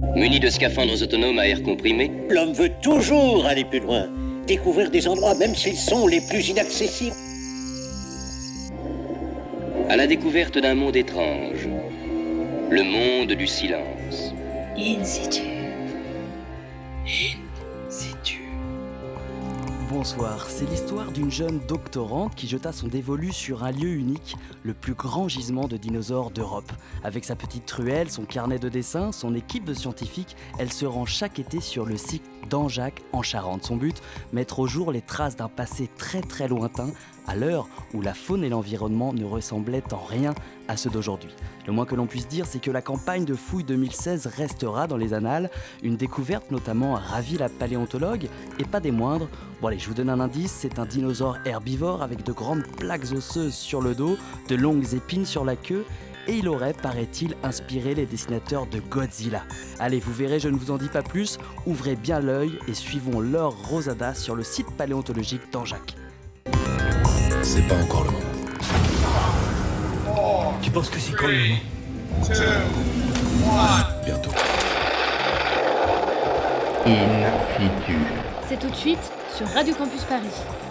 Muni de scaphandres autonomes à air comprimé, L'homme veut toujours aller plus loin, découvrir des endroits même s'ils sont les plus inaccessibles. à la découverte d'un monde étrange, le monde du silence. In situ. In situ. Bonsoir, c'est l'histoire d'une jeune doctorante qui jeta son dévolu sur un lieu unique, le plus grand gisement de dinosaures d'Europe. Avec sa petite truelle, son carnet de dessin, son équipe de scientifiques, elle se rend chaque été sur le site d'Angeac en Charente. Son but, mettre au jour les traces d'un passé très très lointain, à l'heure où la faune et l'environnement ne ressemblaient en rien à ceux d'aujourd'hui. Le moins que l'on puisse dire, c'est que la campagne de fouilles 2016 restera dans les annales. Une découverte notamment a ravi la paléontologue, et pas des moindres. Bon allez, je vous donne un indice, c'est un dinosaure herbivore avec de grandes plaques osseuses sur le dos, de longues épines sur la queue, et il aurait, paraît-il, inspiré les dessinateurs de Godzilla. Allez, vous verrez, je ne vous en dis pas plus, ouvrez bien l'œil et suivons Laure Rosada sur le site paléontologique d'Angeac. C'est pas encore le moment. Tu penses que c'est quand le moment? Bientôt. In situ. C'est tout de suite sur Radio Campus Paris.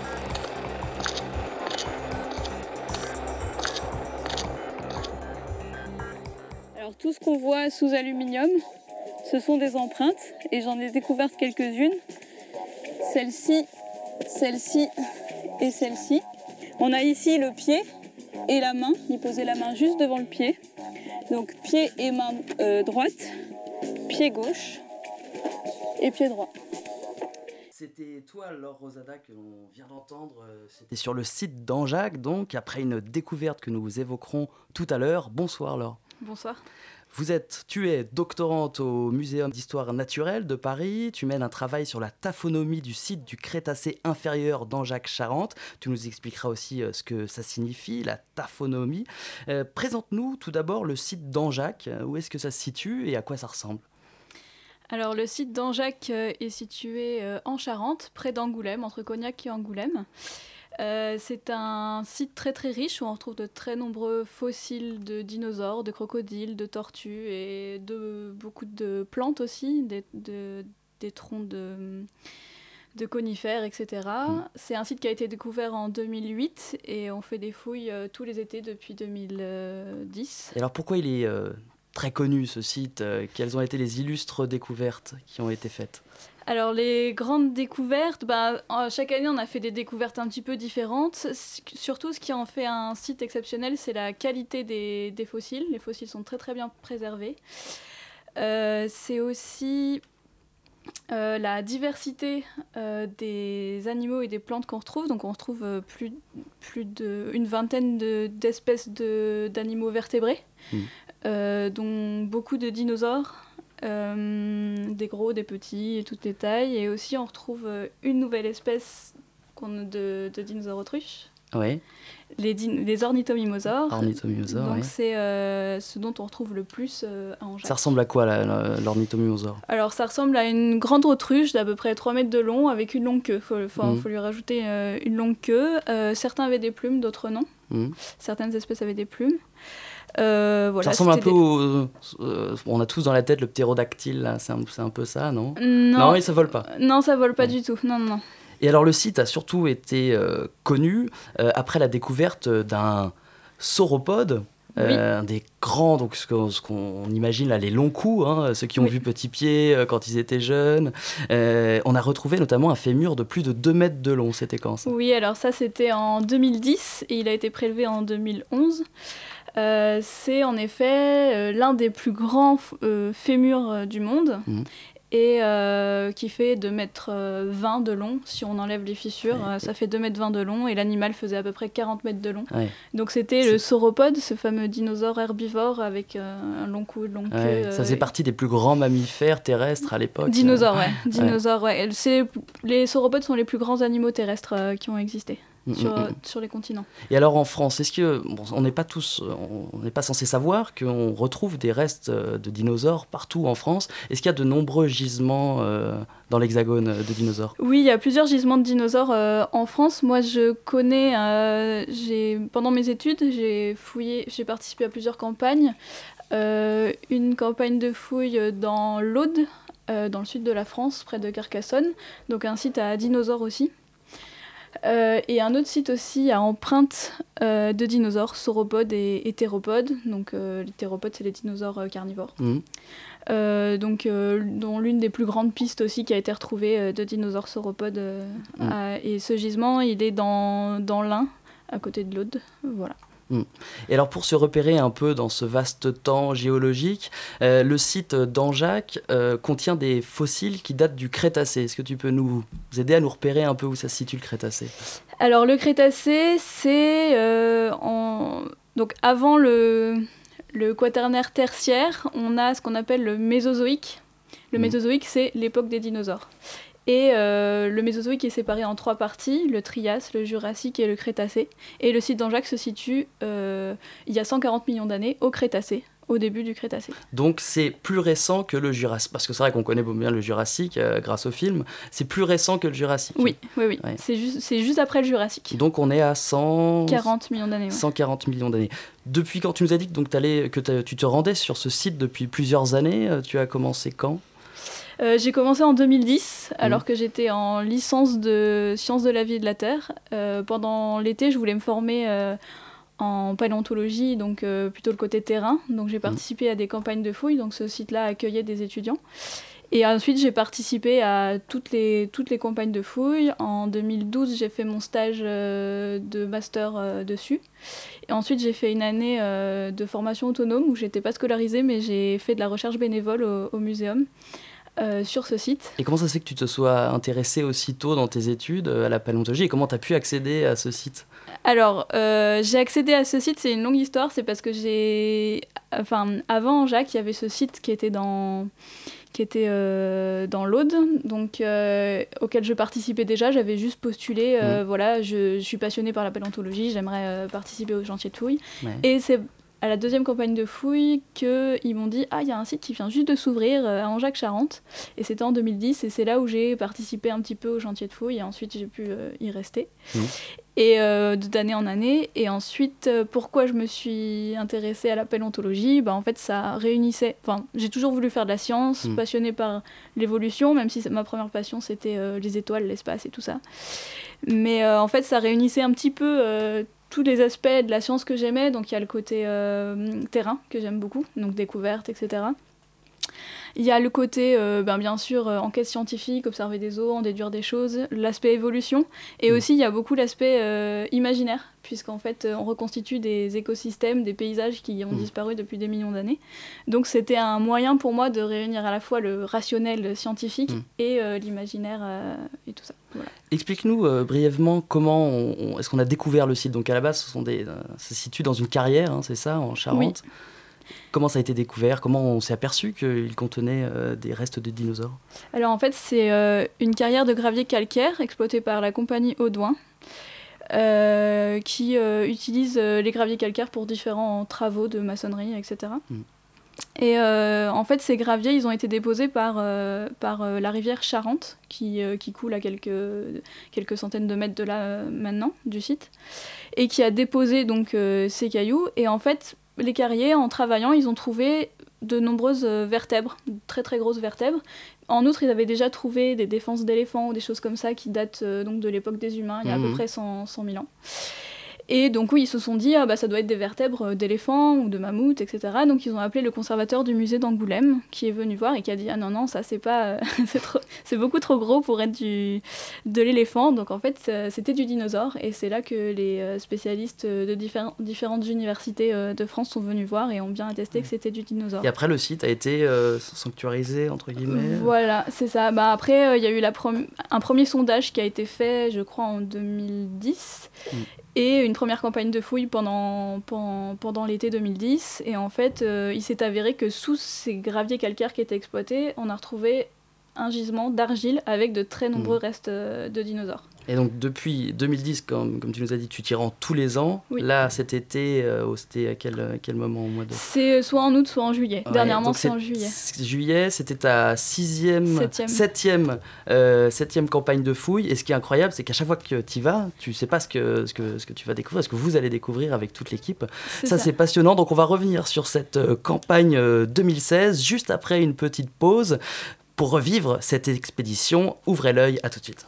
Alors tout ce qu'on voit sous aluminium, ce sont des empreintes et j'en ai découvert quelques-unes. Celle-ci, celle-ci et celle-ci. On a ici le pied et la main. Il posait la main juste devant le pied. Donc pied et main droite, pied gauche et pied droit. C'était toi, Laure Rosada, que l'on vient d'entendre. C'était sur le site d'Angeac, donc, après une découverte que nous évoquerons tout à l'heure. Bonsoir, Laure. Bonsoir. Tu es doctorante au Muséum d'Histoire Naturelle de Paris. Tu mènes un travail sur la taphonomie du site du Crétacé inférieur d'Angeac-Charente. Tu nous expliqueras aussi ce que ça signifie, la taphonomie. Présente-nous tout d'abord le site d'Angeac. Où est-ce que ça se situe et à quoi ça ressemble ? Alors le site d'Angeac est situé en Charente, près d'Angoulême, entre Cognac et Angoulême. C'est un site très très riche où on retrouve de très nombreux fossiles de dinosaures, de crocodiles, de tortues et de beaucoup de plantes aussi, des troncs de conifères, etc. C'est un site qui a été découvert en 2008 et on fait des fouilles tous les étés depuis 2010. Et alors pourquoi il est très connu ce site ? Quelles ont été les illustres découvertes qui ont été faites ? Alors les grandes découvertes, chaque année on a fait des découvertes un petit peu différentes. Surtout ce qui en fait un site exceptionnel, c'est la qualité des fossiles. Les fossiles sont très très bien préservés. C'est aussi la diversité des animaux et des plantes qu'on retrouve. Donc on retrouve plus d'une vingtaine d'espèces d'animaux vertébrés, dont beaucoup de dinosaures. Des gros, des petits, et toutes les tailles. Et aussi, on retrouve une nouvelle espèce de dinosaures autruches. Oui. Les ornithomimosaures. Ornithomimosaures, Donc, oui. c'est ce dont on retrouve le plus à Angeac. Ça ressemble à quoi, l'ornithomimosaure ? Alors, ça ressemble à une grande autruche d'à peu près 3 mètres de long avec une longue queue. Faut lui rajouter une longue queue. Certains avaient des plumes, d'autres non. Certaines espèces avaient des plumes. Voilà, ça ressemble un peu on a tous dans la tête le ptérodactyle, là. C'est un peu ça, non ? Non, et ça vole pas. Non, ça vole pas du tout. Non. Et alors le site a surtout été connu après la découverte d'un sauropode, des grands, donc ce qu'on imagine là, les longs coups, ceux qui ont vu Petit Pied quand ils étaient jeunes. On a retrouvé notamment un fémur de plus de 2 mètres de long. C'était quand ça ? Oui, alors ça c'était en 2010 et il a été prélevé en 2011. C'est en effet l'un des plus grands fémurs du monde et qui fait 2,20 m de long. Si on enlève les fissures, ça fait 2,20 m de long et l'animal faisait à peu près 40 mètres de long. Ouais. Donc c'était le sauropode, ce fameux dinosaure herbivore avec un long cou et une longue queue. Ça faisait partie des plus grands mammifères terrestres à l'époque. Dinosaures, ouais. Les sauropodes sont les plus grands animaux terrestres qui ont existé. Sur les continents. Et alors en France, est-ce que on n'est pas censé savoir qu'on retrouve des restes de dinosaures partout en France ? Est-ce qu'il y a de nombreux gisements dans l'hexagone de dinosaures ? Oui, il y a plusieurs gisements de dinosaures en France. Moi, je connais. Pendant mes études, j'ai participé à plusieurs campagnes une campagne de fouilles dans l'Aude, dans le sud de la France, près de Carcassonne, donc un site à dinosaures aussi. Et un autre site aussi à empreintes de dinosaures, sauropodes et théropodes. Donc les théropodes, c'est les dinosaures carnivores. Dont l'une des plus grandes pistes aussi qui a été retrouvée de dinosaures sauropodes. Et ce gisement, il est dans l'Ain, à côté de l'Aude. Voilà. Et alors pour se repérer un peu dans ce vaste temps géologique, le site d'Angeac contient des fossiles qui datent du Crétacé. Est-ce que tu peux nous aider à nous repérer un peu où ça se situe le Crétacé ? Alors le Crétacé, c'est donc avant le quaternaire tertiaire, on a ce qu'on appelle le Mésozoïque. Le Mésozoïque, c'est l'époque des dinosaures. Et le Mésozoïque est séparé en 3 parties, le Trias, le Jurassique et le Crétacé. Et le site d'Angeac se situe il y a 140 millions d'années au Crétacé, au début du Crétacé. Donc c'est plus récent que le Jurassique, parce que c'est vrai qu'on connaît bien le Jurassique grâce au film, c'est plus récent que le Jurassique. Oui. Ouais. C'est juste après le Jurassique. Donc on est à 140 millions d'années. Ouais. 140 millions d'années. Depuis quand tu nous as dit que tu te rendais sur ce site depuis plusieurs années, tu as commencé quand ? J'ai commencé en 2010, alors que j'étais en licence de sciences de la vie et de la Terre. Pendant l'été, je voulais me former en paléontologie, donc plutôt le côté terrain. Donc j'ai participé à des campagnes de fouilles, donc ce site-là accueillait des étudiants. Et ensuite, j'ai participé à toutes les campagnes de fouilles. En 2012, j'ai fait mon stage de master dessus. Et ensuite, j'ai fait une année de formation autonome où j'étais pas scolarisée, mais j'ai fait de la recherche bénévole au muséum. Sur ce site. Et comment ça se fait que tu te sois intéressée aussitôt dans tes études à la paléontologie et comment tu as pu accéder à ce site ? Alors, j'ai accédé à ce site, c'est une longue histoire, c'est parce que avant Jacques, il y avait ce site qui était dans l'Aude, donc auquel je participais déjà, j'avais juste postulé, voilà, je suis passionnée par la paléontologie, j'aimerais participer au chantier de fouilles. Ouais. Et c'est à la deuxième campagne de fouilles qu'ils m'ont dit « Ah, il y a un site qui vient juste de s'ouvrir à Angeac-Charente ». Et c'était en 2010, et c'est là où j'ai participé un petit peu au chantier de fouilles, et ensuite j'ai pu y rester. Et d'année en année. Et ensuite, pourquoi je me suis intéressée à la paléontologie ? En fait, ça réunissait... Enfin, j'ai toujours voulu faire de la science, passionnée par l'évolution, même si ma première passion, c'était les étoiles, l'espace et tout ça. Mais en fait, ça réunissait un petit peu... tous les aspects de la science que j'aimais, donc il y a le côté terrain que j'aime beaucoup, donc découverte, etc. Il y a le côté, bien sûr, enquête scientifique, observer des os, en déduire des choses, l'aspect évolution, et aussi il y a beaucoup l'aspect imaginaire, puisqu'en fait on reconstitue des écosystèmes, des paysages qui ont disparu depuis des millions d'années. Donc c'était un moyen pour moi de réunir à la fois le rationnel scientifique et l'imaginaire et tout ça. Voilà. Explique-nous brièvement comment est-ce qu'on a découvert le site. Donc à la base, ça se situe dans une carrière, hein, c'est ça, en Charente. Oui. Comment ça a été découvert ? Comment on s'est aperçu qu'il contenait des restes de dinosaures ? Alors en fait, c'est une carrière de gravier calcaire exploitée par la compagnie Audouin qui utilise les graviers calcaires pour différents travaux de maçonnerie, etc. Et en fait, ces graviers, ils ont été déposés par la rivière Charente, qui coule à quelques centaines de mètres de là maintenant, du site, et qui a déposé donc ces cailloux. Et en fait, les carriers, en travaillant, ils ont trouvé de nombreuses vertèbres, très très grosses vertèbres. En outre, ils avaient déjà trouvé des défenses d'éléphants ou des choses comme ça qui datent donc de l'époque des humains, il y a à peu près 100 000 ans. Et donc oui, ils se sont dit, ça doit être des vertèbres d'éléphants ou de mammouths, etc. Donc ils ont appelé le conservateur du musée d'Angoulême, qui est venu voir et qui a dit, ah non, ça c'est pas, c'est beaucoup trop gros pour être de l'éléphant. Donc en fait, c'était du dinosaure. Et c'est là que les spécialistes de différentes universités de France sont venus voir et ont bien attesté que c'était du dinosaure. Et après, le site a été sanctuarisé, entre guillemets. Voilà, c'est ça. Après, il y a eu un premier sondage qui a été fait, je crois, en 2010. Et une première campagne de fouilles pendant l'été 2010. Et en fait, il s'est avéré que sous ces graviers calcaires qui étaient exploités, on a retrouvé un gisement d'argile avec de très nombreux restes de dinosaures. Et donc depuis 2010, comme tu nous as dit, tu t'y rends tous les ans. Oui. Là, cet été, c'était à quel moment au mois de... C'est soit en août, soit en juillet. Ouais, Dernièrement, donc c'est en juillet. Juillet, c'était ta septième campagne de fouilles. Et ce qui est incroyable, c'est qu'à chaque fois que tu y vas, tu sais pas ce que tu vas découvrir, ce que vous allez découvrir avec toute l'équipe. Ça, c'est passionnant. Donc on va revenir sur cette campagne 2016, juste après une petite pause, pour revivre cette expédition. Ouvrez l'œil, à tout de suite.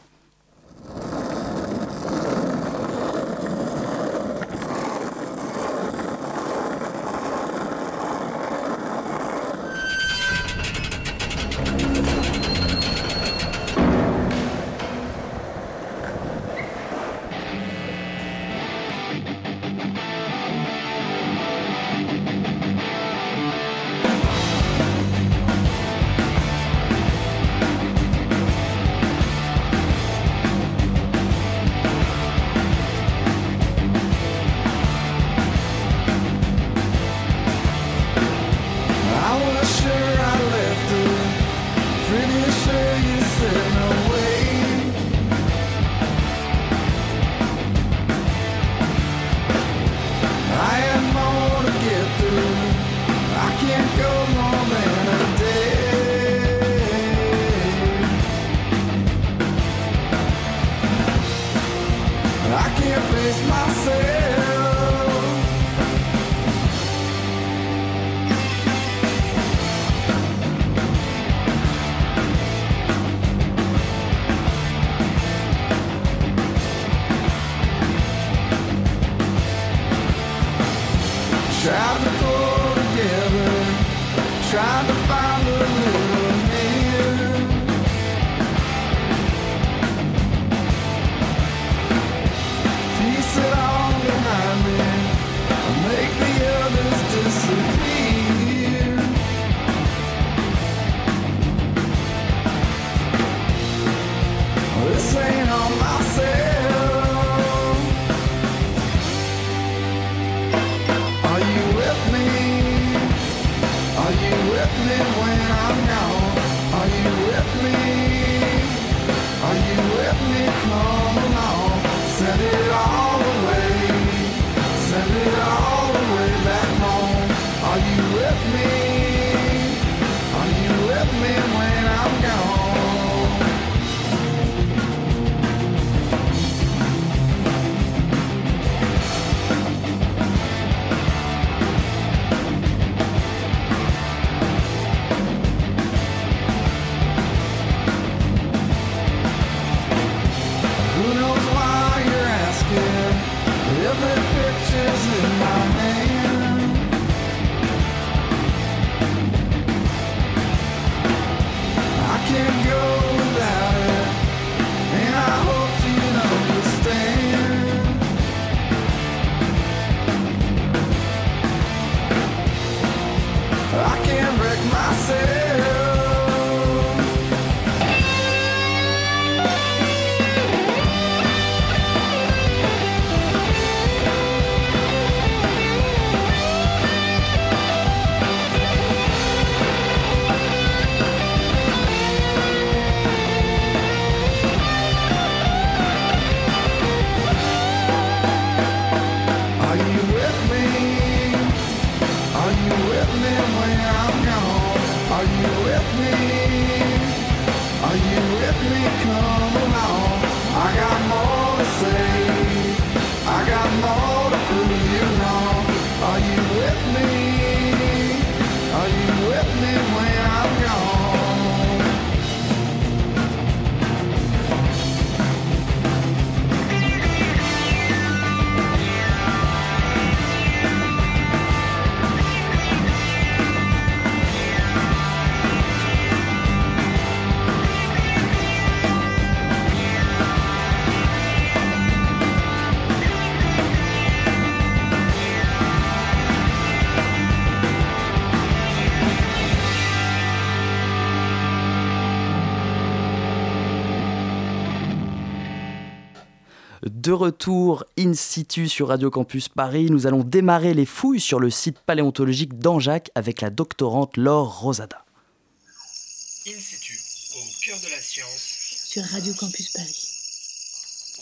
De retour in situ sur Radio Campus Paris, nous allons démarrer les fouilles sur le site paléontologique d'Angeac avec la doctorante Laure Rosada. In situ, au cœur de la science, sur Radio Campus Paris.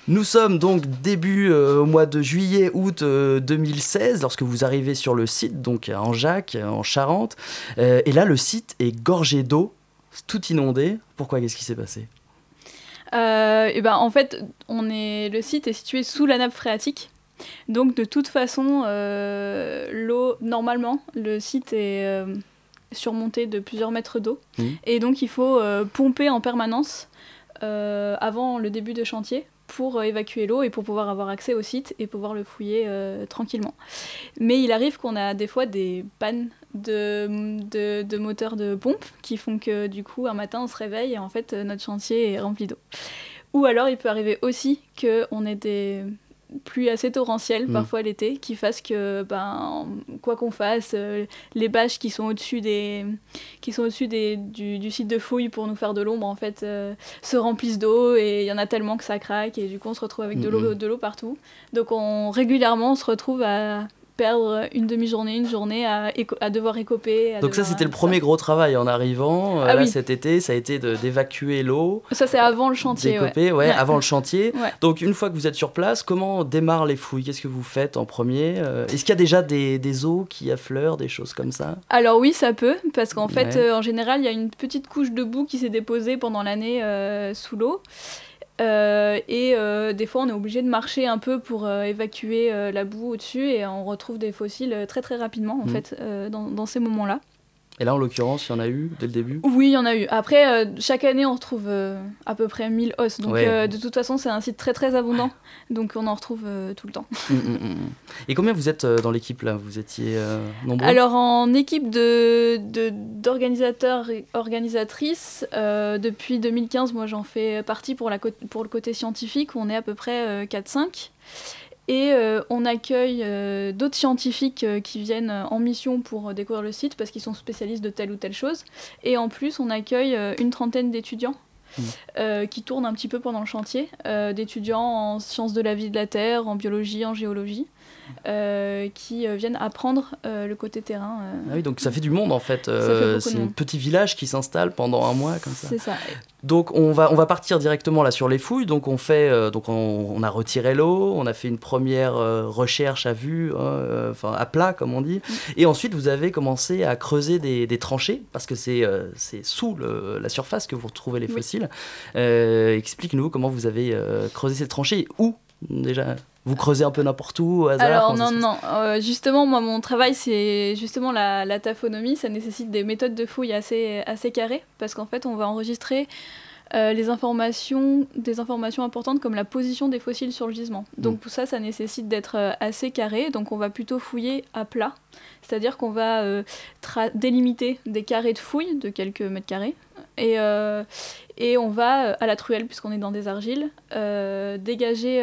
Nous sommes donc début au mois de juillet-août 2016 lorsque vous arrivez sur le site, donc à Angeac, en Charente. Et là, le site est gorgé d'eau, tout inondé. Pourquoi? Qu'est-ce qui s'est passé? En fait, le site est situé sous la nappe phréatique. Donc de toute façon, l'eau, normalement, le site est surmonté de plusieurs mètres d'eau. Et donc il faut pomper en permanence avant le début de chantier pour évacuer l'eau et pour pouvoir avoir accès au site et pouvoir le fouiller tranquillement. Mais il arrive qu'on a des fois des pannes de moteurs de pompe qui font que du coup un matin on se réveille et en fait notre chantier est rempli d'eau. Ou alors il peut arriver aussi qu'on ait des pluies assez torrentielles parfois l'été qui fassent que quoi qu'on fasse, les bâches qui sont au-dessus du site de fouille pour nous faire de l'ombre en fait se remplissent d'eau et il y en a tellement que ça craque et du coup on se retrouve avec de l'eau partout. Donc régulièrement on se retrouve à perdre une demi-journée, une journée à devoir écoper. Donc ça, c'était le premier gros travail en arrivant. Cet été, ça a été d'évacuer l'eau. Ça, c'est avant le chantier. Décoper, avant le chantier. Ouais. Donc une fois que vous êtes sur place, comment démarrent les fouilles? Qu'est-ce que vous faites en premier? Est-ce qu'il y a déjà des eaux qui affleurent, des choses comme ça? Alors oui, ça peut, parce qu'en fait, en général, il y a une petite couche de boue qui s'est déposée pendant l'année sous l'eau. Des fois on est obligé de marcher un peu pour évacuer la boue au-dessus et on retrouve des fossiles très très rapidement en fait dans ces moments-là. Et là en l'occurrence il y en a eu dès le début? Oui, il y en a eu. Après chaque année on retrouve à peu près 1000 os donc de toute façon c'est un site très très abondant donc on en retrouve tout le temps. Et combien vous êtes dans l'équipe là? Vous étiez nombreux? Alors en équipe d'organisateurs et organisatrices depuis 2015 moi j'en fais partie pour le côté scientifique, on est à peu près 4-5 et on accueille d'autres scientifiques qui viennent en mission pour découvrir le site parce qu'ils sont spécialistes de telle ou telle chose et en plus on accueille une trentaine d'étudiants qui tournent un petit peu pendant le chantier, d'étudiants en sciences de la vie et de la terre, en biologie, en géologie, qui viennent apprendre le côté terrain. Ah oui, donc ça fait du monde en fait. C'est un petit village qui s'installe pendant un mois comme ça. C'est ça. Donc on va partir directement là sur les fouilles. Donc on fait, on a retiré l'eau, on a fait une première recherche à vue, à plat comme on dit. Et ensuite vous avez commencé à creuser des tranchées parce que c'est sous la surface que vous retrouvez les fossiles. Explique-nous comment vous avez creusé ces tranchées. Où déjà? Vous creusez un peu n'importe où au hasard? Alors non. Justement, moi, mon travail, c'est justement la taphonomie. Ça nécessite des méthodes de fouille assez carrées parce qu'en fait, on va enregistrer des informations importantes comme la position des fossiles sur le gisement. Donc pour ça nécessite d'être assez carré. Donc on va plutôt fouiller à plat. C'est-à-dire qu'on va délimiter des carrés de fouille de quelques mètres carrés. Et on va, à la truelle, puisqu'on est dans des argiles, dégager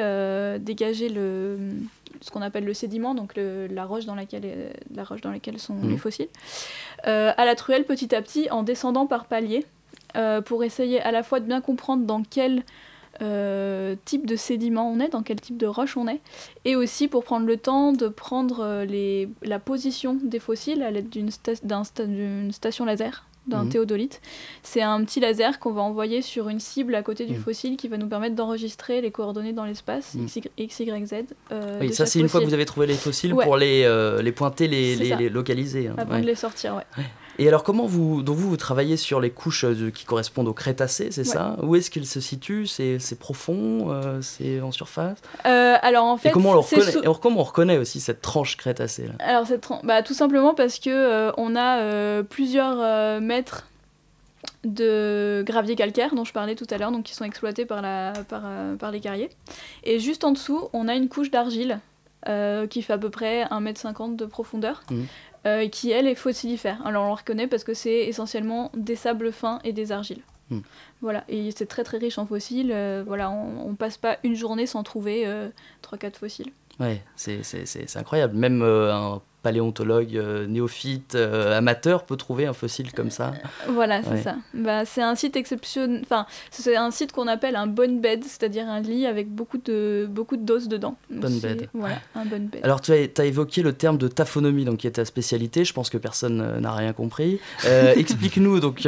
ce qu'on appelle le sédiment, donc la roche dans laquelle sont les fossiles. À la truelle, petit à petit, en descendant par paliers, pour essayer à la fois de bien comprendre dans quel type de sédiment on est, dans quel type de roche on est, et aussi pour prendre le temps de prendre la position des fossiles à l'aide d'une station laser, d'un théodolite. C'est un petit laser qu'on va envoyer sur une cible à côté du fossile qui va nous permettre d'enregistrer les coordonnées dans l'espace, X, Y, Z. Oui, ça c'est une fois que vous avez trouvé les fossiles pour les pointer, les localiser. Avant de les sortir, Et alors comment vous travaillez sur les couches qui correspondent au Crétacé, c'est ça? Où est-ce qu'ils se situent? C'est profond? C'est en surface? Alors en fait, et comment on reconnaît aussi cette tranche Crétacé là? Alors tout simplement parce que on a plusieurs mètres de gravier calcaire dont je parlais tout à l'heure, donc qui sont exploités par les carriers. Et juste en dessous, on a une couche d'argile qui fait à peu près 1,50 m de profondeur. Qui elle est fossilifère. Alors on le reconnaît parce que c'est essentiellement des sables fins et des argiles. Voilà, et c'est très très riche en fossiles. On passe pas une journée sans trouver 3-4 fossiles. Ouais, c'est incroyable. Même un paléontologue néophyte, amateur peut trouver un fossile comme ça. Voilà, c'est Ouais. ça. C'est un site exceptionnel. Enfin, c'est un site qu'on appelle un bone bed, c'est-à-dire un lit avec beaucoup d'os dedans. Donc, Bone c'est- bed. Voilà, un bone bed. Alors tu as évoqué le terme de taphonomie, donc qui est ta spécialité. Je pense que personne n'a rien compris. Explique-nous donc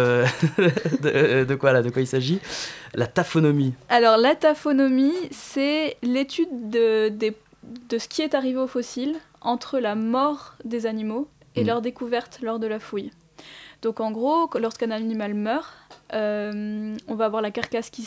de quoi il s'agit. La taphonomie. Alors, la taphonomie, c'est l'étude de ce qui est arrivé aux fossiles entre la mort des animaux et leur découverte lors de la fouille. Donc en gros, lorsqu'un animal meurt, on va avoir la carcasse qui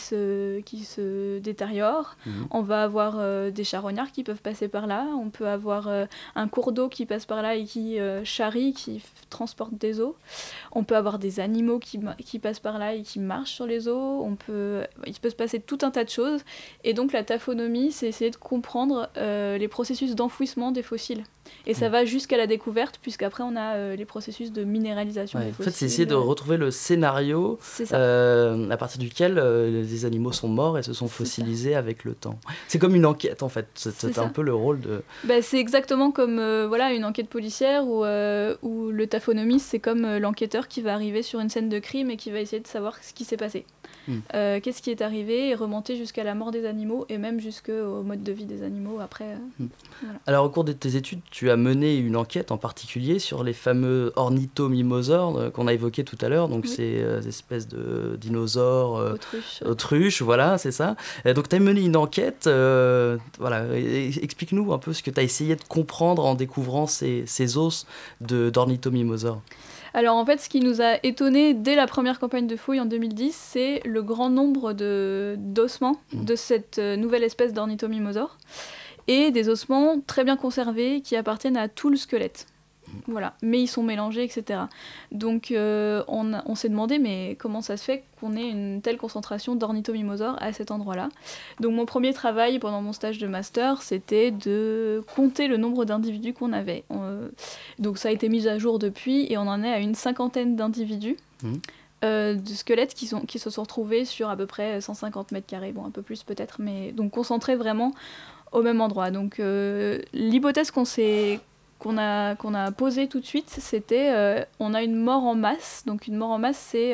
se détériore, on va avoir des charognards qui peuvent passer par là, on peut avoir un cours d'eau qui passe par là et qui charrie, qui transporte des eaux, on peut avoir des animaux qui passent par là et qui marchent sur les eaux, il peut se passer tout un tas de choses, et donc la taphonomie, c'est essayer de comprendre les processus d'enfouissement des fossiles. Et ça va jusqu'à la découverte, puisqu'après on a les processus de minéralisation des En fossiles. fait, c'est essayer de retrouver le scénario C'est ça. à partir duquel les animaux sont morts et se sont fossilisés avec le temps. C'est comme une enquête en fait. C'est un peu le rôle de... C'est exactement comme une enquête policière où le taphonomiste, c'est comme l'enquêteur qui va arriver sur une scène de crime et qui va essayer de savoir ce qui s'est passé. Qu'est-ce qui est arrivé et remonter jusqu'à la mort des animaux et même jusqu'au mode de vie des animaux après. Voilà. Alors au cours de tes études, tu as mené une enquête en particulier sur les fameux ornithomimosaures qu'on a évoqués tout à l'heure, donc ces espèces de dinosaures autruches, voilà, c'est ça. Donc tu as mené une enquête, explique-nous un peu ce que tu as essayé de comprendre en découvrant ces os d'ornithomimosaures. Alors en fait, ce qui nous a étonnés dès la première campagne de fouilles en 2010, c'est le grand nombre d'ossements de cette nouvelle espèce d'ornithomimosaure et des ossements très bien conservés qui appartiennent à tout le squelette. Voilà, mais ils sont mélangés, etc. Donc on s'est demandé, mais comment ça se fait qu'on ait une telle concentration d'ornithomimosaures à cet endroit-là? Donc mon premier travail pendant mon stage de master, c'était de compter le nombre d'individus qu'on avait. Donc ça a été mis à jour depuis, et on en est à une 50aine d'individus de squelettes qui se sont retrouvés sur à peu près 150 mètres carrés, bon un peu plus peut-être, mais donc concentrés vraiment au même endroit. Donc l'hypothèse qu'on a posé tout de suite, c'était on a une mort en masse. Donc une mort en masse, c'est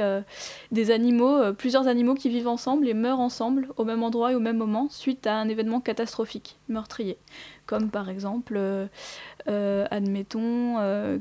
plusieurs animaux qui vivent ensemble et meurent ensemble au même endroit et au même moment suite à un événement catastrophique, meurtrier. Comme par exemple, admettons,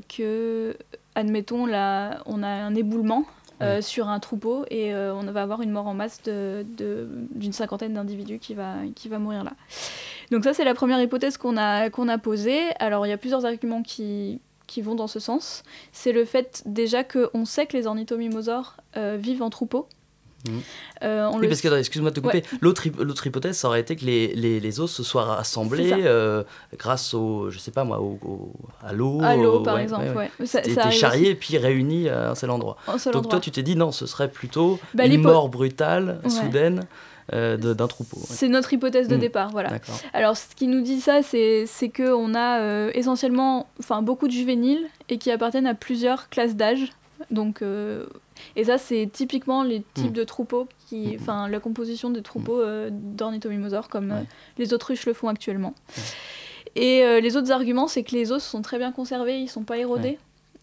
on a un éboulement sur un troupeau et on va avoir une mort en masse d'une 50aine d'individus qui va mourir là. Donc ça, c'est la première hypothèse qu'on a posée. Alors il y a plusieurs arguments qui vont dans ce sens. C'est le fait déjà qu'on sait que les ornithomimosaures vivent en troupeau. Parce que, excuse-moi de te couper, l'autre hypothèse, ça aurait été que les os se soient rassemblés grâce à l'eau. Par exemple, Ça a été charrié et puis réuni à un seul endroit. Donc toi, tu t'es dit non, ce serait plutôt une mort brutale, soudaine, d'un troupeau. C'est notre hypothèse de départ, voilà. D'accord. Alors, ce qui nous dit ça, c'est qu'on a essentiellement beaucoup de juvéniles et qui appartiennent à plusieurs classes d'âge. Donc, et ça, c'est typiquement les types de troupeaux, la composition des troupeaux d'ornithomimosaures, comme les autruches le font actuellement. Et les autres arguments, c'est que les os sont très bien conservés, ils ne sont pas érodés.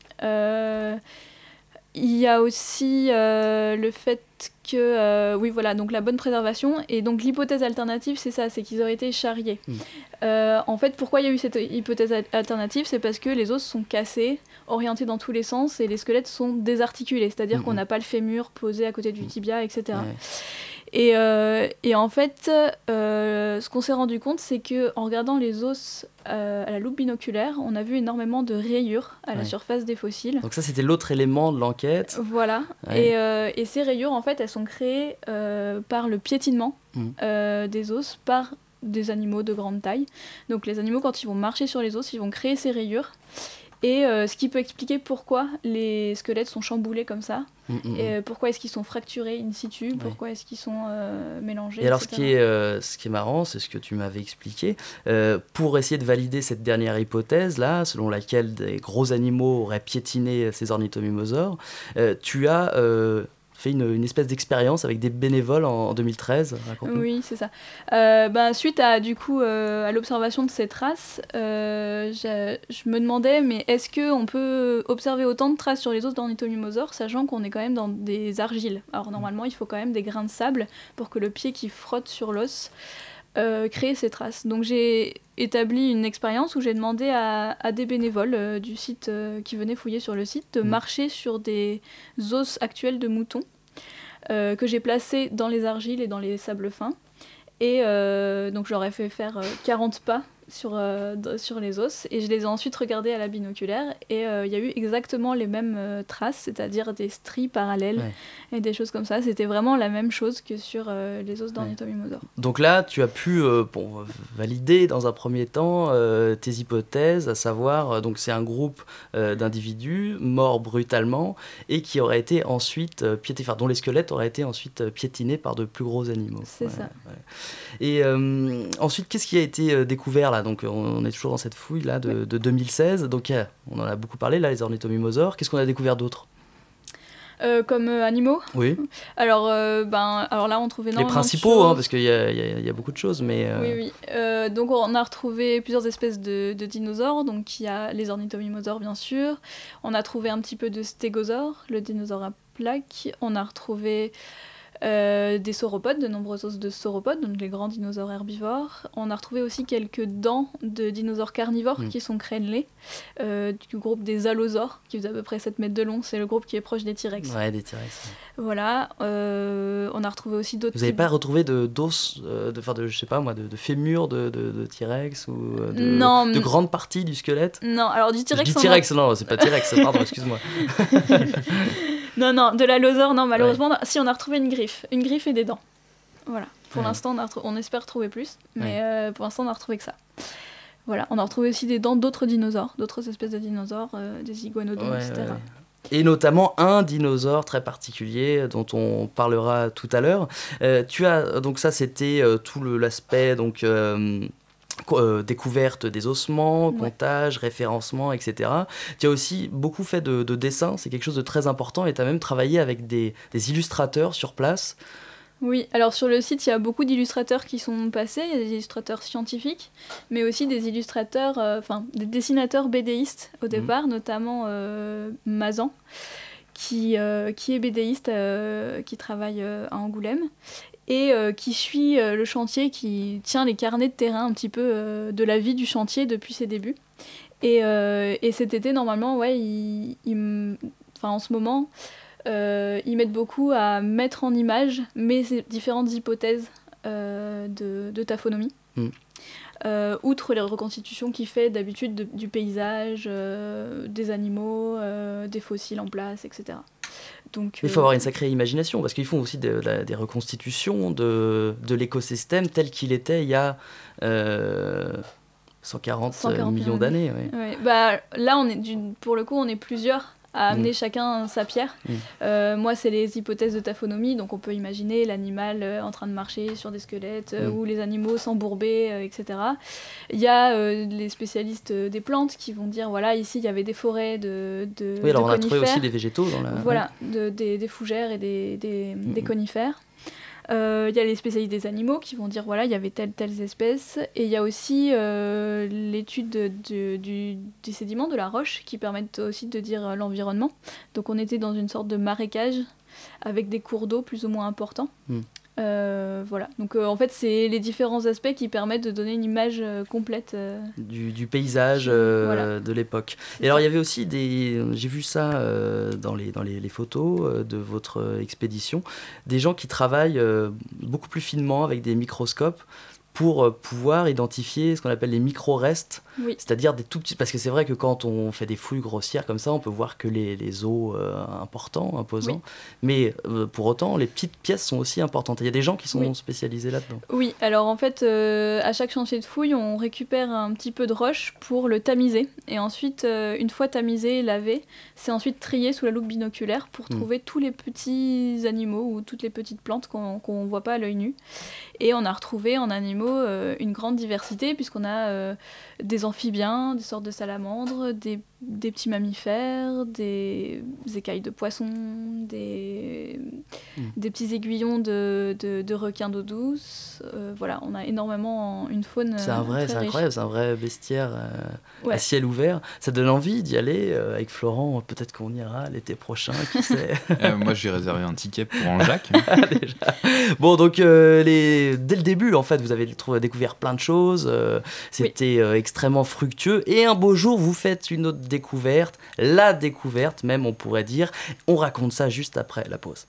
Il y a aussi le fait que, donc la bonne préservation. Et donc l'hypothèse alternative, c'est ça, c'est qu'ils auraient été charriés. En fait, pourquoi il y a eu cette hypothèse alternative? C'est parce que les os sont cassés, orientés dans tous les sens, et les squelettes sont désarticulés, c'est-à-dire qu'on n'a pas le fémur posé à côté du tibia, etc. Et en fait, ce qu'on s'est rendu compte, c'est qu'en regardant les os à la loupe binoculaire, on a vu énormément de rayures à la surface des fossiles. Donc ça, c'était l'autre élément de l'enquête. Voilà. Et ces rayures, en fait, elles sont créées par le piétinement des os par des animaux de grande taille. Donc les animaux, quand ils vont marcher sur les os, ils vont créer ces rayures. Et ce qui peut expliquer pourquoi les squelettes sont chamboulés comme ça, et pourquoi est-ce qu'ils sont fracturés in situ, pourquoi est-ce qu'ils sont mélangés, et alors etc. ce qui est marrant, c'est ce que tu m'avais expliqué, pour essayer de valider cette dernière hypothèse là, selon laquelle des gros animaux auraient piétiné ces ornithomimosaures, tu as fait une espèce d'expérience avec des bénévoles en 2013. Raconte-nous. Oui, c'est ça. Suite à, du coup, à l'observation de ces traces, je me demandais, mais est-ce qu'on peut observer autant de traces sur les os d'ornithomimosaures, sachant qu'on est quand même dans des argiles. Alors normalement, il faut quand même des grains de sable pour que le pied qui frotte sur l'os crée ces traces. Donc j'ai établi une expérience où j'ai demandé à des bénévoles du site qui venaient fouiller sur le site de marcher sur des os actuels de moutons que j'ai placés dans les argiles et dans les sables fins. Et donc je leur ai fait faire 40 pas sur les os et je les ai ensuite regardés à la binoculaire et il y a eu exactement les mêmes traces, c'est-à-dire des stries parallèles et des choses comme ça. C'était vraiment la même chose que sur les os d'ornithomimosaures. Donc là, tu as pu valider dans un premier temps tes hypothèses, à savoir, donc c'est un groupe d'individus morts brutalement et qui auraient été ensuite dont les squelettes auraient été ensuite piétinés par de plus gros animaux. C'est ça. Ouais. Et ensuite, qu'est-ce qui a été découvert là ? Donc on est toujours dans cette fouille là de 2016. Donc on en a beaucoup parlé là, les ornithomimosaures. Qu'est-ce qu'on a découvert d'autre ? Comme animaux ? Oui. Alors là, on trouve énormément les principaux, parce qu'il y a beaucoup de choses, mais... Oui. Donc on a retrouvé plusieurs espèces de dinosaures. Donc il y a les ornithomimosaures, bien sûr. On a trouvé un petit peu de stégosaures, le dinosaure à plaques. On a retrouvé des sauropodes, de nombreux os de sauropodes, donc les grands dinosaures herbivores. On a retrouvé aussi quelques dents de dinosaures carnivores qui sont crénelés, du groupe des allosaures, qui faisait à peu près 7 mètres de long. C'est le groupe qui est proche des T-Rex. Ouais, des T-Rex. Ouais. Voilà. On a retrouvé aussi d'autres... Vous n'avez pas retrouvé d'os, je sais pas moi, de fémur de T-Rex ou de grandes parties du squelette ? Non, alors du T-Rex... Je dis T-Rex, non, c'est pas T-Rex, pardon, excuse-moi. Non, de l'allosaure, non, malheureusement, si, on a retrouvé une griffe et des dents. Voilà. Pour l'instant, on espère trouver plus, mais pour l'instant, on a retrouvé que ça. Voilà, on a retrouvé aussi des dents d'autres dinosaures, d'autres espèces de dinosaures, des iguanodons, etc. Ouais. Et notamment un dinosaure très particulier dont on parlera tout à l'heure. Donc ça, c'était tout l'aspect donc découverte des ossements, comptage, référencement, etc. Tu as aussi beaucoup fait de dessins, c'est quelque chose de très important, et tu as même travaillé avec des illustrateurs sur place. Oui, alors sur le site, il y a beaucoup d'illustrateurs qui sont passés, il y a des illustrateurs scientifiques, mais aussi des illustrateurs, des dessinateurs BDistes au départ, notamment Mazan, qui est BDiste, qui travaille à Angoulême, et qui suit le chantier, qui tient les carnets de terrain un petit peu de la vie du chantier depuis ses débuts. Et cet été, normalement, en ce moment, ils m'aident beaucoup à mettre en image mes différentes hypothèses de taphonomie. Outre les reconstitutions qu'il fait d'habitude du paysage, des animaux, des fossiles en place, etc. Donc, il faut avoir une sacrée imagination, parce qu'ils font aussi des reconstitutions de l'écosystème tel qu'il était il y a 140 millions d'années. Ouais. Là, pour le coup, on est plusieurs à amener chacun sa pierre. Moi, c'est les hypothèses de taphonomie, donc on peut imaginer l'animal en train de marcher sur des squelettes, ou les animaux s'embourber, etc. Il y a les spécialistes des plantes qui vont dire, voilà, ici, il y avait des forêts de oui, alors on a trouvé aussi des végétaux dans la... Voilà, des fougères et des conifères. Il y a les spécialistes des animaux qui vont dire voilà, il y avait telles espèces, et il y a aussi l'étude des sédiments de la roche qui permettent aussi de dire l'environnement. Donc on était dans une sorte de marécage avec des cours d'eau plus ou moins importants. Voilà. Donc en fait, c'est les différents aspects qui permettent de donner une image complète du paysage de l'époque. Et alors il y avait aussi j'ai vu ça dans les photos de votre expédition, des gens qui travaillent beaucoup plus finement avec des microscopes pour pouvoir identifier ce qu'on appelle les micro-restes, c'est-à-dire des tout petits... Parce que c'est vrai que quand on fait des fouilles grossières comme ça, on peut voir que les os importants, imposants, mais pour autant, les petites pièces sont aussi importantes. Il y a des gens qui sont spécialisés là-dedans. Oui, alors en fait, à chaque chantier de fouille, on récupère un petit peu de roche pour le tamiser. Et ensuite, une fois tamisé, lavé, c'est ensuite trié sous la loupe binoculaire pour trouver tous les petits animaux ou toutes les petites plantes qu'on ne voit pas à l'œil nu. Et on a retrouvé en animaux une grande diversité, puisqu'on a des amphibiens, des sortes de salamandres, des des petits mammifères, des écailles de poissons, des petits aiguillons de requins d'eau douce. Voilà, on a énormément une faune C'est très incroyable, riche. c'est un vrai bestiaire Ouais. à ciel ouvert. Ça donne envie d'y aller avec Florent. Peut-être qu'on ira l'été prochain, qui sait. Moi, j'ai réservé un ticket pour Anjac. Déjà. Bon, donc dès le début, en fait, vous avez découvert plein de choses. C'était extrêmement fructueux. Et un beau jour, vous faites une autre découverte, la découverte même, on pourrait dire. On raconte ça juste après la pause.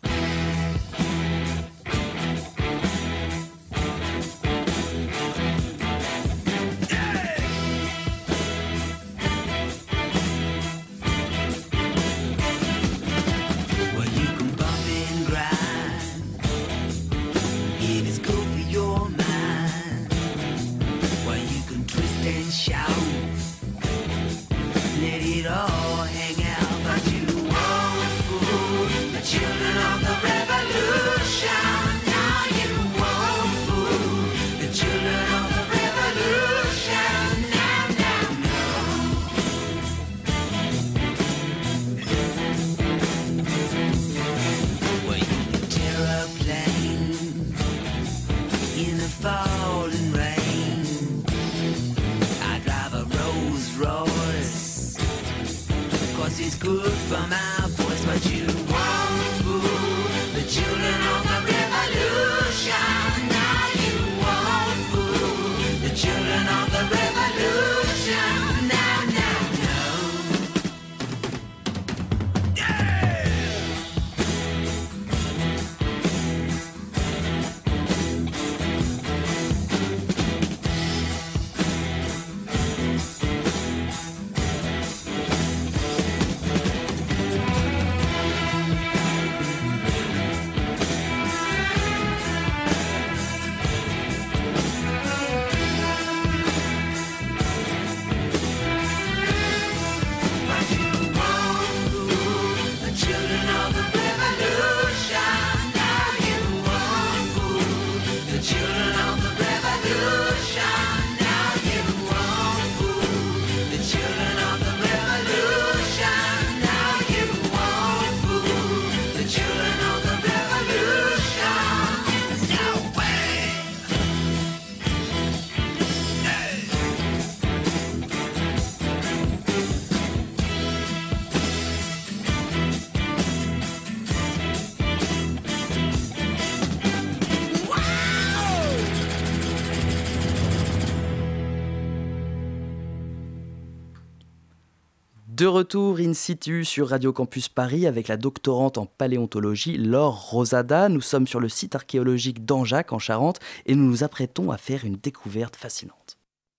De retour in situ sur Radio Campus Paris avec la doctorante en paléontologie Laure Rosada. Nous sommes sur le site archéologique d'Anjac en Charente et nous nous apprêtons à faire une découverte fascinante.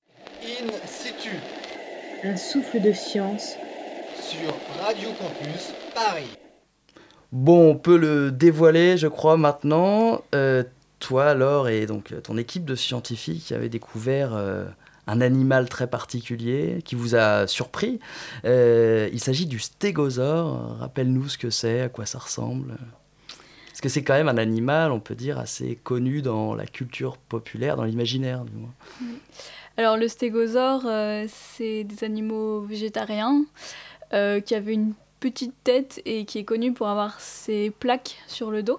In situ Un souffle de science sur Radio Campus Paris. Bon, on peut le dévoiler, je crois, maintenant. Toi, Laure, et donc ton équipe de scientifiques avez découvert un animal très particulier qui vous a surpris. Il s'agit du stégosaure. Rappelle-nous ce que c'est, à quoi ça ressemble. Parce que c'est quand même un animal, on peut dire, assez connu dans la culture populaire, dans l'imaginaire, du moins. Alors, le stégosaure, c'est des animaux végétariens qui avaient une petite tête et qui est connu pour avoir ses plaques sur le dos.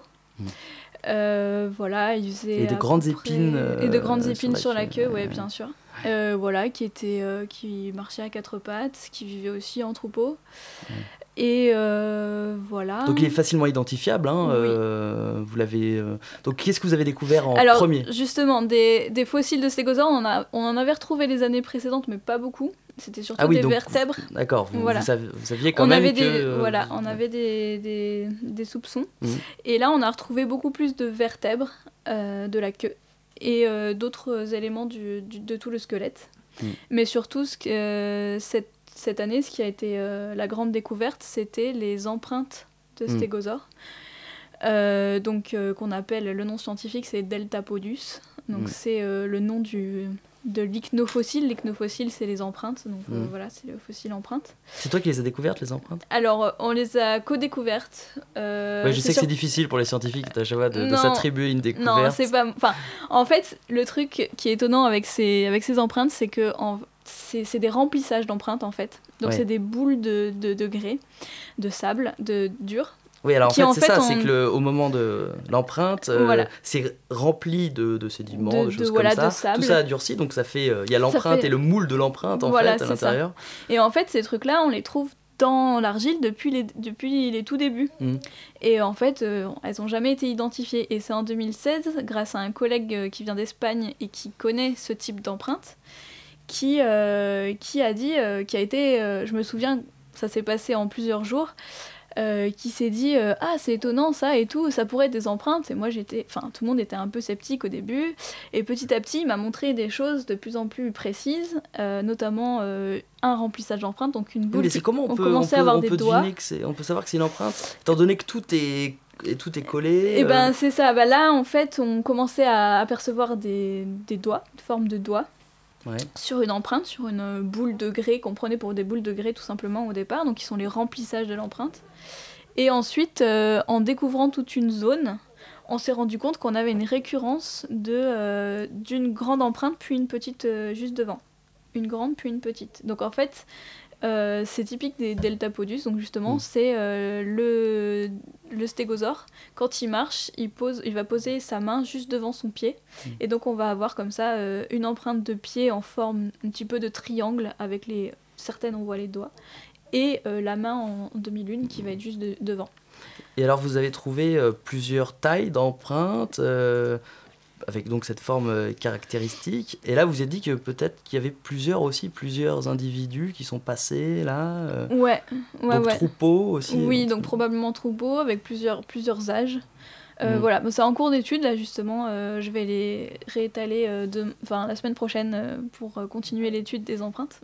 Voilà, il faisait et de grandes épines. Et de grandes épines sur la queue, ouais, bien sûr. Voilà, qui marchait à quatre pattes, qui vivait aussi en troupeau. Et voilà. Donc il est facilement identifiable, hein, oui. Vous l'avez. Donc qu'est-ce que vous avez découvert en Alors, premier ? Justement, des fossiles de stégosaures, on en avait retrouvé les années précédentes, mais pas beaucoup. C'était surtout des vertèbres. D'accord, vous saviez quand on même avait que... Voilà, on avait des soupçons. Et là, on a retrouvé beaucoup plus de vertèbres de la queue et d'autres éléments de tout le squelette. Mais surtout, cette année, ce qui a été la grande découverte, c'était les empreintes de stégosaures. Donc, qu'on appelle, le nom scientifique, c'est Deltapodus. Donc, c'est le nom de l'ichnofossile. L'ichnofossile, c'est les empreintes. Donc, voilà, c'est le fossile empreinte. C'est toi qui les as découvertes, les empreintes ? Alors, on les a co-découvertes. Je sais que c'est difficile pour les scientifiques à chaque fois de s'attribuer une découverte. Non, c'est pas... Enfin, en fait, le truc qui est étonnant avec ces empreintes, c'est que c'est des remplissages d'empreintes en fait. Donc c'est des boules de grès, de sable, de dur. Oui, alors en fait, c'est que au moment de l'empreinte, c'est rempli de sédiments, de choses comme ça. De sable. Tout ça a durci, donc ça fait... Il y a l'empreinte et le moule de l'empreinte, en fait, à l'intérieur. Ça. Et en fait, ces trucs-là, on les trouve dans l'argile depuis les tout débuts. Et en fait, elles n'ont jamais été identifiées. Et c'est en 2016, grâce à un collègue qui vient d'Espagne et qui connaît ce type d'empreinte, qui a dit, qui a été... je me souviens, ça s'est passé en plusieurs jours... qui s'est dit ah c'est étonnant ça et tout, ça pourrait être des empreintes, et moi tout le monde était un peu sceptique au début, et petit à petit il m'a montré des choses de plus en plus précises, notamment un remplissage d'empreintes, donc une boule. Mais c'est comment on peut deviner on peut savoir que c'est une empreinte étant donné que tout est collé. Et ben c'est ça, là en fait on commençait à apercevoir des doigts, une forme de doigts. Sur une empreinte, sur une boule de grès qu'on prenait pour des boules de grès tout simplement au départ, donc qui sont les remplissages de l'empreinte. Et ensuite, en découvrant toute une zone, on s'est rendu compte qu'on avait une récurrence d'une grande empreinte puis une petite juste devant. Une grande puis une petite. Donc en fait, c'est typique des deltapodus, donc justement c'est le stégosaure, quand il marche, il va poser sa main juste devant son pied, et donc on va avoir comme ça une empreinte de pied en forme un petit peu de triangle, avec certaines on voit les doigts, et la main en demi-lune qui va être juste devant. Et alors vous avez trouvé plusieurs tailles d'empreintes avec donc cette forme caractéristique. Et là, vous avez dit que peut-être qu'il y avait plusieurs individus qui sont passés là. Donc troupeau aussi. Oui, donc probablement troupeau avec plusieurs âges. Voilà, c'est en cours d'étude là justement. Je vais les réétaler la semaine prochaine pour continuer l'étude des empreintes.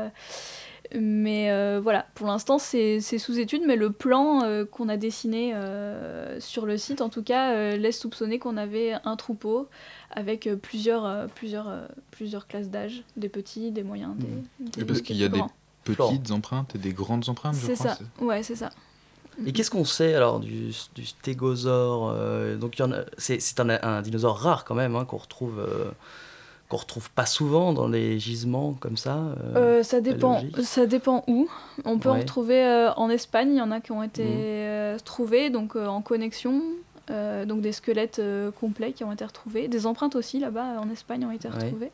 Mais voilà, pour l'instant c'est sous étude, mais le plan qu'on a dessiné sur le site en tout cas laisse soupçonner qu'on avait un troupeau avec plusieurs classes d'âge, des petits, des moyens, des parce qu'il y a des petites empreintes et des grandes empreintes, je crois. C'est ça. Et qu'est-ce qu'on sait alors du stégosaure donc c'est un dinosaure rare quand même, qu'on retrouve pas souvent dans les gisements comme ça. Ça dépend où. On peut en retrouver en Espagne, il y en a qui ont été trouvés, donc en connexion, donc des squelettes complets qui ont été retrouvés. Des empreintes aussi là-bas en Espagne ont été retrouvées.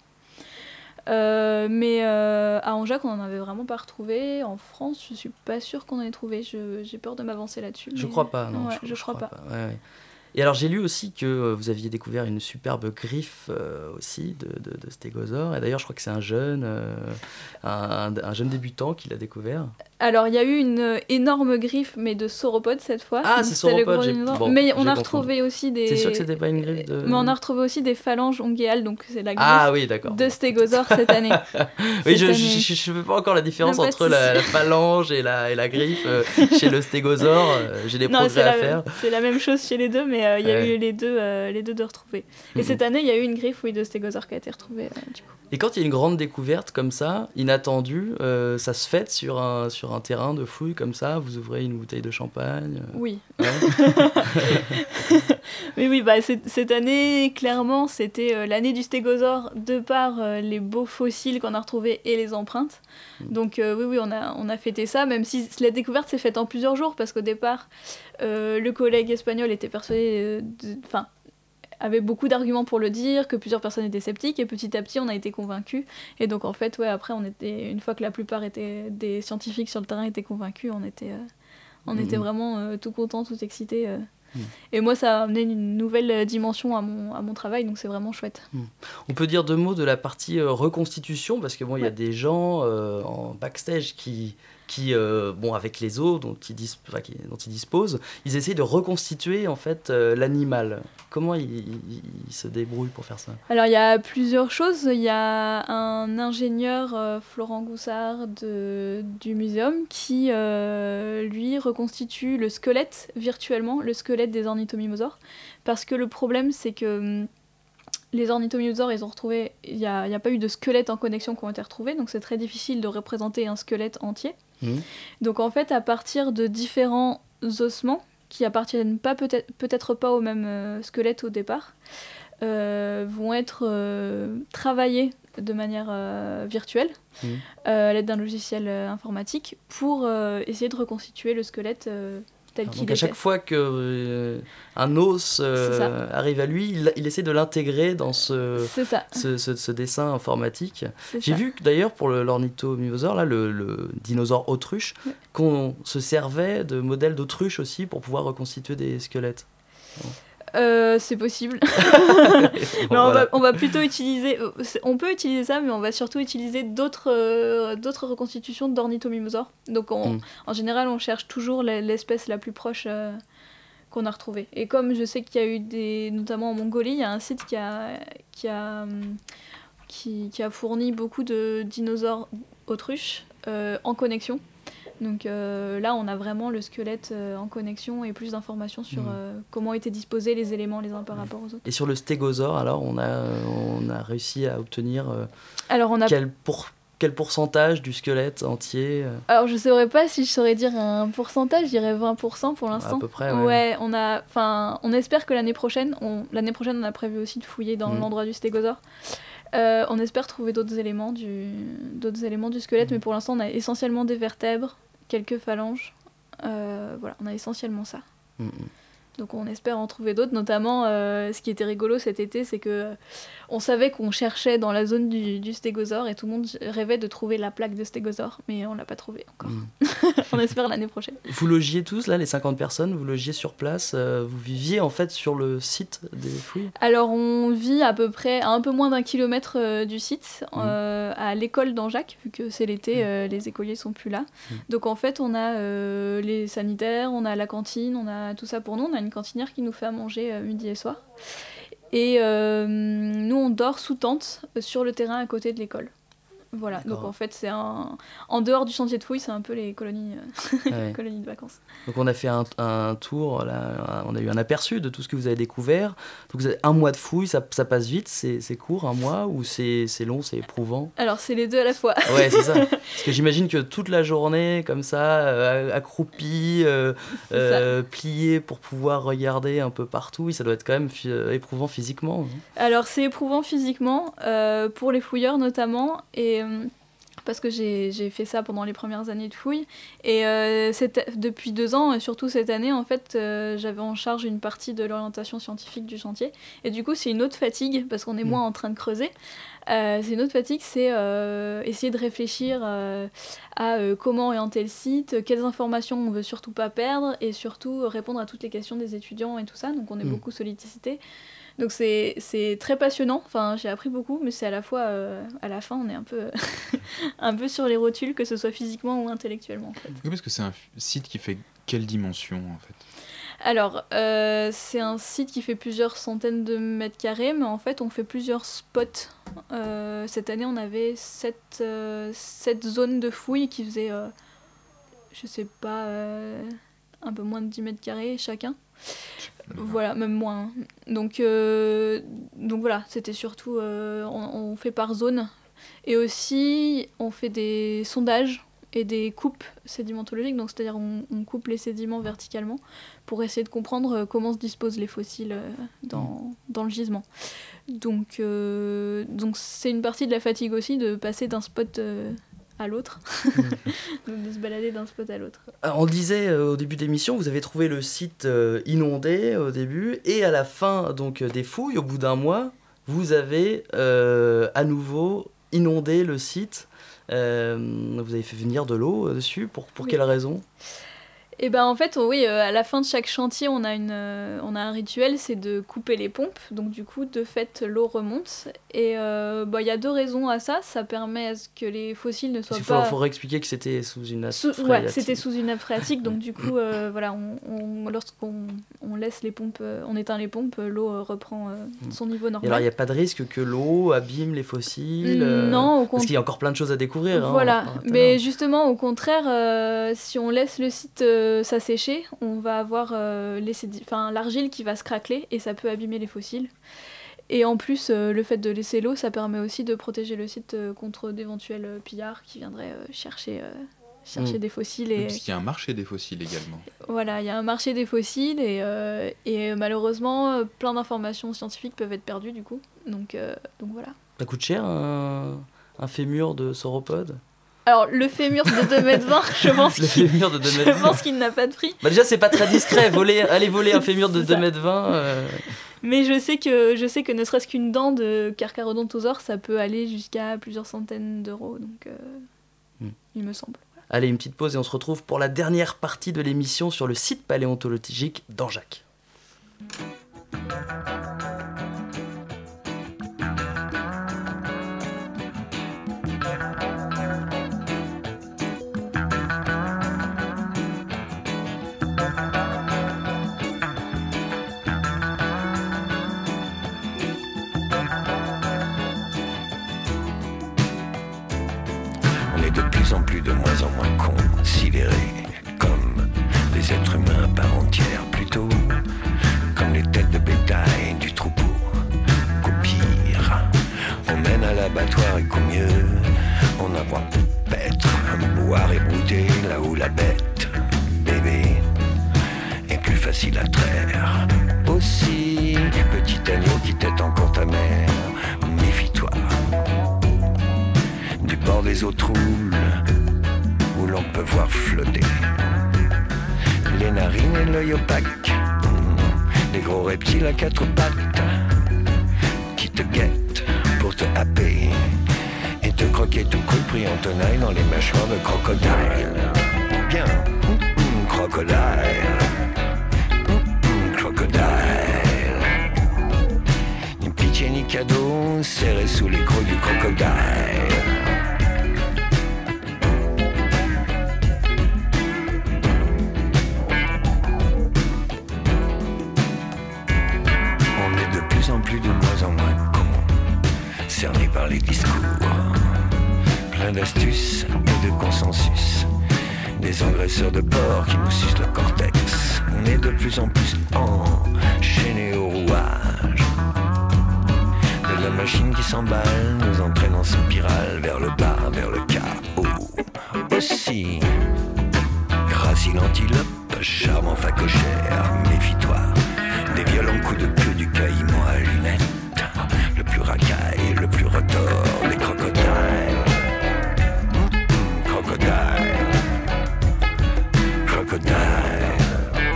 Mais à Anjac, on n'en avait vraiment pas retrouvé. En France, je suis pas sûre qu'on en ait trouvé. J'ai peur de m'avancer là-dessus. Je crois pas, non. Je crois pas. Ouais. Et alors j'ai lu aussi que vous aviez découvert une superbe griffe aussi de stégosaure. Et d'ailleurs je crois que c'est un jeune débutant qui l'a découvert. Alors il y a eu une énorme griffe, mais de sauropodes cette fois. Ah, c'est sauropode. Mais on a retrouvé aussi des... C'est sûr que c'était pas une griffe de... Mais on a retrouvé aussi des phalanges ongéales, donc c'est la griffe de stégosaure cette année. Oui, je ne fais pas encore la différence entre la phalange et la griffe chez le stégosaure. J'ai des progrès à faire. C'est la même chose chez les deux, mais il y a eu les deux de retrouvés. Et cette année, il y a eu une griffe de stégosaure qui a été retrouvée. Du coup. Et quand il y a une grande découverte comme ça, inattendue, ça se fête sur un terrain de fouille comme ça, vous ouvrez une bouteille de champagne. Oui. Ouais. Mais oui, cette année, clairement, c'était l'année du stégosaure de par les beaux fossiles qu'on a retrouvés et les empreintes. Donc oui, on a fêté ça, même si la découverte s'est faite en plusieurs jours, parce qu'au départ, le collègue espagnol était persuadé avait beaucoup d'arguments pour le dire, que plusieurs personnes étaient sceptiques, et petit à petit on a été convaincus. Et donc en fait, après, une fois que la plupart des scientifiques sur le terrain étaient convaincus, on était vraiment tout contents, tout excités. Et moi, ça a amené une nouvelle dimension à mon travail, donc c'est vraiment chouette. On peut dire deux mots de la partie reconstitution, parce que il y a des gens en backstage qui avec les os dont ils disposent, ils essayent de reconstituer en fait l'animal. Comment ils se débrouillent pour faire ça ? Alors il y a plusieurs choses. Il y a un ingénieur, Florent Goussard du muséum, qui lui reconstitue le squelette virtuellement, le squelette des ornithomimosaures, parce que le problème c'est que les ornithomimosaures, ils ont retrouvé, il n'y a pas eu de squelettes en connexion qui ont été retrouvés, donc c'est très difficile de représenter un squelette entier. Donc en fait, à partir de différents ossements qui appartiennent peut-être pas au même squelette au départ, vont être travaillés de manière virtuelle, à l'aide d'un logiciel informatique, pour essayer de reconstituer le squelette tel qu'il était. Donc à chaque fois qu'un os arrive à lui, il essaie de l'intégrer dans ce dessin informatique. J'ai vu que d'ailleurs pour l'ornithomimosaure, là, le dinosaure autruche, qu'on se servait de modèles d'autruche aussi pour pouvoir reconstituer des squelettes. C'est possible. Mais on va plutôt utiliser... On peut utiliser ça, mais on va surtout utiliser d'autres reconstitutions d'ornithomimosaures. Donc en général, on cherche toujours l'espèce la plus proche qu'on a retrouvée. Et comme je sais qu'il y a eu notamment en Mongolie, il y a un site qui a fourni beaucoup de dinosaures autruches en connexion. Donc là, on a vraiment le squelette en connexion et plus d'informations sur comment étaient disposés les éléments les uns par rapport aux autres. Et sur le stégosaure, alors, on a réussi à obtenir quel pourcentage du squelette entier Alors, je ne saurais pas si je saurais dire un pourcentage, je dirais 20% pour l'instant. À peu près, ouais. On espère que l'année prochaine, on a prévu aussi de fouiller dans l'endroit du stégosaure. On espère trouver d'autres éléments du squelette, mais pour l'instant, on a essentiellement des vertèbres, quelques phalanges. Voilà, on a essentiellement ça. Donc on espère en trouver d'autres, notamment ce qui était rigolo cet été, c'est que on savait qu'on cherchait dans la zone du stégosaure et tout le monde rêvait de trouver la plaque de stégosaure, mais on l'a pas trouvée encore. On espère l'année prochaine. Vous logiez tous, là, les 50 personnes, vous logiez sur place, vous viviez en fait sur le site des fouilles ? Alors on vit à peu près à un peu moins d'1 kilomètre du site, à l'école d'Anjac, vu que c'est l'été, les écoliers sont plus là. Donc en fait on a les sanitaires, on a la cantine, on a tout ça pour nous, on a une cantinière qui nous fait à manger midi et soir. Et nous, on dort sous tente sur le terrain à côté de l'école. Voilà, d'accord. Donc en fait, en dehors du chantier de fouilles, c'est un peu les colonies, colonies de vacances. Donc on a fait un tour, là, on a eu un aperçu de tout ce que vous avez découvert. Donc vous avez 1 mois de fouilles, ça passe vite, c'est court, 1 mois, ou c'est long, c'est éprouvant ? Alors c'est les deux à la fois. Ouais, c'est ça. Parce que j'imagine que toute la journée, comme ça, accroupi, plié pour pouvoir regarder un peu partout, ça doit être quand même éprouvant physiquement. Alors c'est éprouvant physiquement, pour les fouilleurs notamment, et parce que j'ai fait ça pendant les premières années de fouilles, et depuis 2 ans, et surtout cette année, en fait, j'avais en charge une partie de l'orientation scientifique du chantier, et du coup c'est une autre fatigue, parce qu'on est moins en train de creuser. C'est une autre fatigue, c'est essayer de réfléchir à comment orienter le site, quelles informations on veut surtout pas perdre, et surtout répondre à toutes les questions des étudiants et tout ça, donc on est beaucoup sollicité. Donc c'est très passionnant, enfin, j'ai appris beaucoup, mais c'est à la fois, à la fin, on est un peu sur les rotules, que ce soit physiquement ou intellectuellement. En fait. Oui, parce que c'est un site qui fait quelle dimension, en fait ? Alors, c'est un site qui fait plusieurs centaines de mètres carrés, mais en fait, on fait plusieurs spots. Cette année, on avait 7 zones de fouilles qui faisaient, je sais pas, un peu moins de 10 mètres carrés chacun. Voilà, même moins. Donc voilà, c'était surtout, on fait par zone. Et aussi, on fait des sondages et des coupes sédimentologiques, donc c'est-à-dire on coupe les sédiments verticalement pour essayer de comprendre comment se disposent les fossiles dans le gisement. Donc c'est une partie de la fatigue aussi, de passer d'un spot à l'autre, donc de se balader d'un spot à l'autre. On le disait au début de l'émission, vous avez trouvé le site inondé au début, et à la fin donc, des fouilles, au bout d'1 mois, vous avez à nouveau inondé le site. Vous avez fait venir de l'eau dessus, pour quelle raison ? Et ben en fait, oui, à la fin de chaque chantier, on a un rituel, c'est de couper les pompes. Donc du coup, de fait, l'eau remonte. Et y a 2 raisons à ça. Ça permet à ce que les fossiles ne soient pas... Il faut réexpliquer que c'était sous une nappe phréatique. Ouais, c'était sous une nappe phréatique. Donc du coup, voilà, lorsqu'on laisse les pompes, on éteint les pompes, l'eau reprend son niveau normal. Et alors, il n'y a pas de risque que l'eau abîme les fossiles Non, parce qu'il y a encore plein de choses à découvrir. Voilà, mais justement, au contraire, si on laisse le site s'assécher, on va avoir l'argile qui va se craqueler et ça peut abîmer les fossiles. Et en plus, le fait de laisser l'eau, ça permet aussi de protéger le site contre d'éventuels pillards qui viendraient chercher des fossiles. Et parce qu'il y a un marché des fossiles également. Voilà, il y a un marché des fossiles et malheureusement, plein d'informations scientifiques peuvent être perdues du coup. Donc voilà. Ça coûte cher un fémur de sauropode ? Alors, le fémur de 2,20 m, je pense qu'il n'a pas de prix. Bah déjà, c'est pas très discret, aller voler un fémur de 2,20 m. Mais je sais que ne serait-ce qu'une dent de Carcharodontosaure, ça peut aller jusqu'à plusieurs centaines d'euros, donc il me semble. Allez, une petite pause et on se retrouve pour la dernière partie de l'émission sur le site paléontologique d'Angeac. De moins en moins considérés comme des êtres humains à part entière, plutôt comme les têtes de bétail du troupeau. Qu'au pire, on mène à l'abattoir et qu'au mieux, on a voit paître, boire et brouter là où la bête, bébé, est plus facile à traire. Aussi, petit agneau qui t'est encore ta mère, méfie-toi du bord des eaux troubles où l'on peut voir flotter les narines et l'œil opaque, des gros reptiles à quatre pattes qui te guettent pour te happer et te croquer tout cru pris en tenaille dans les mâchoires de crocodile. Bien, crocodile, crocodile. Ni pitié ni cadeau, serré sous les crocs du crocodile. De moins en moins cons, cernés par les discours, plein d'astuces et de consensus, des engraisseurs de porc qui nous sucent le cortex, nés de plus en plus enchaînés au rouage de la machine qui s'emballe, nous entraîne en spirale vers le bas, vers le chaos. Aussi, gracile antilope, charmant facochère, méfie-toi des violents coups de queue du caïman à lunettes, le plus racaille, le plus retors, les crocodiles. Crocodile, crocodile.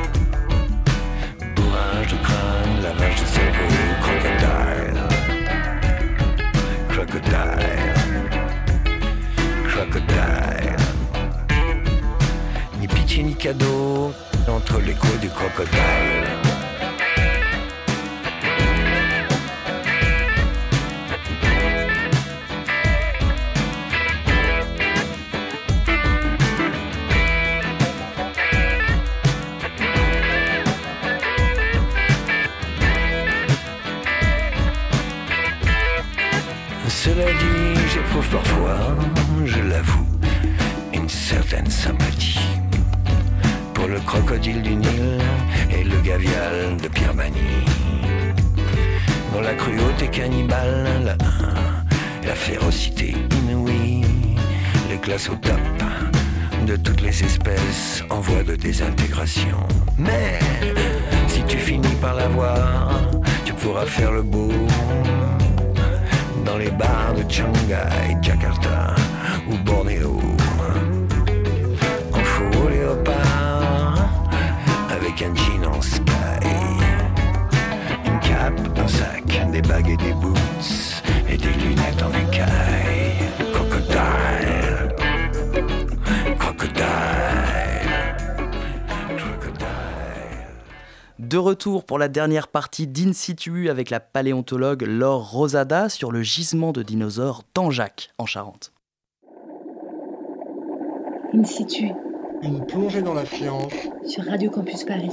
Bourrage de crâne, lavage de cerveau, crocodile. Crocodile, crocodile. Ni pitié ni cadeau entre les coups du crocodile. Cela dit, j'éprouve parfois, je l'avoue, une certaine sympathie pour le crocodile du Nil et le gavial de Birmanie, dont la cruauté cannibale, la férocité inouïe, les classe au top de toutes les espèces en voie de désintégration. Mais si tu finis par la voir, tu pourras faire le beau dans les bars de Shanghai, Jakarta ou Bornéo, en faux léopard, avec un jean en sky, une cape, un sac, des bagues et des boots, et des lunettes en écaille. Crocodile, crocodile, crocodile. De retour pour la dernière partie d'In Situ avec la paléontologue Laure Rosada sur le gisement de dinosaures d'Angeac, en Charente. In Situ. Une plongée dans la science. Sur Radio Campus Paris.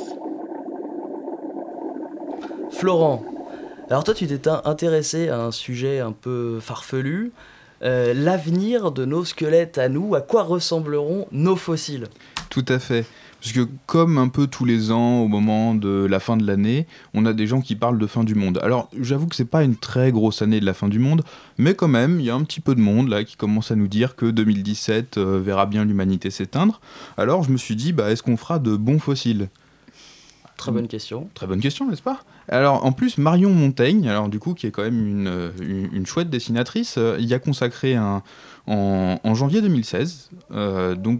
Florent, alors toi tu t'es intéressé à un sujet un peu farfelu, l'avenir de nos squelettes à nous, à quoi ressembleront nos fossiles ? Tout à fait. Parce que comme un peu tous les ans, au moment de la fin de l'année, on a des gens qui parlent de fin du monde. Alors, j'avoue que c'est pas une très grosse année de la fin du monde, mais quand même, il y a un petit peu de monde là qui commence à nous dire que 2017 verra bien l'humanité s'éteindre. Alors, je me suis dit, est-ce qu'on fera de bons fossiles ? Très bonne question. Très bonne question, n'est-ce pas ? Alors, en plus, Marion Montaigne, alors du coup, qui est quand même une chouette dessinatrice, y a consacré en janvier 2016, une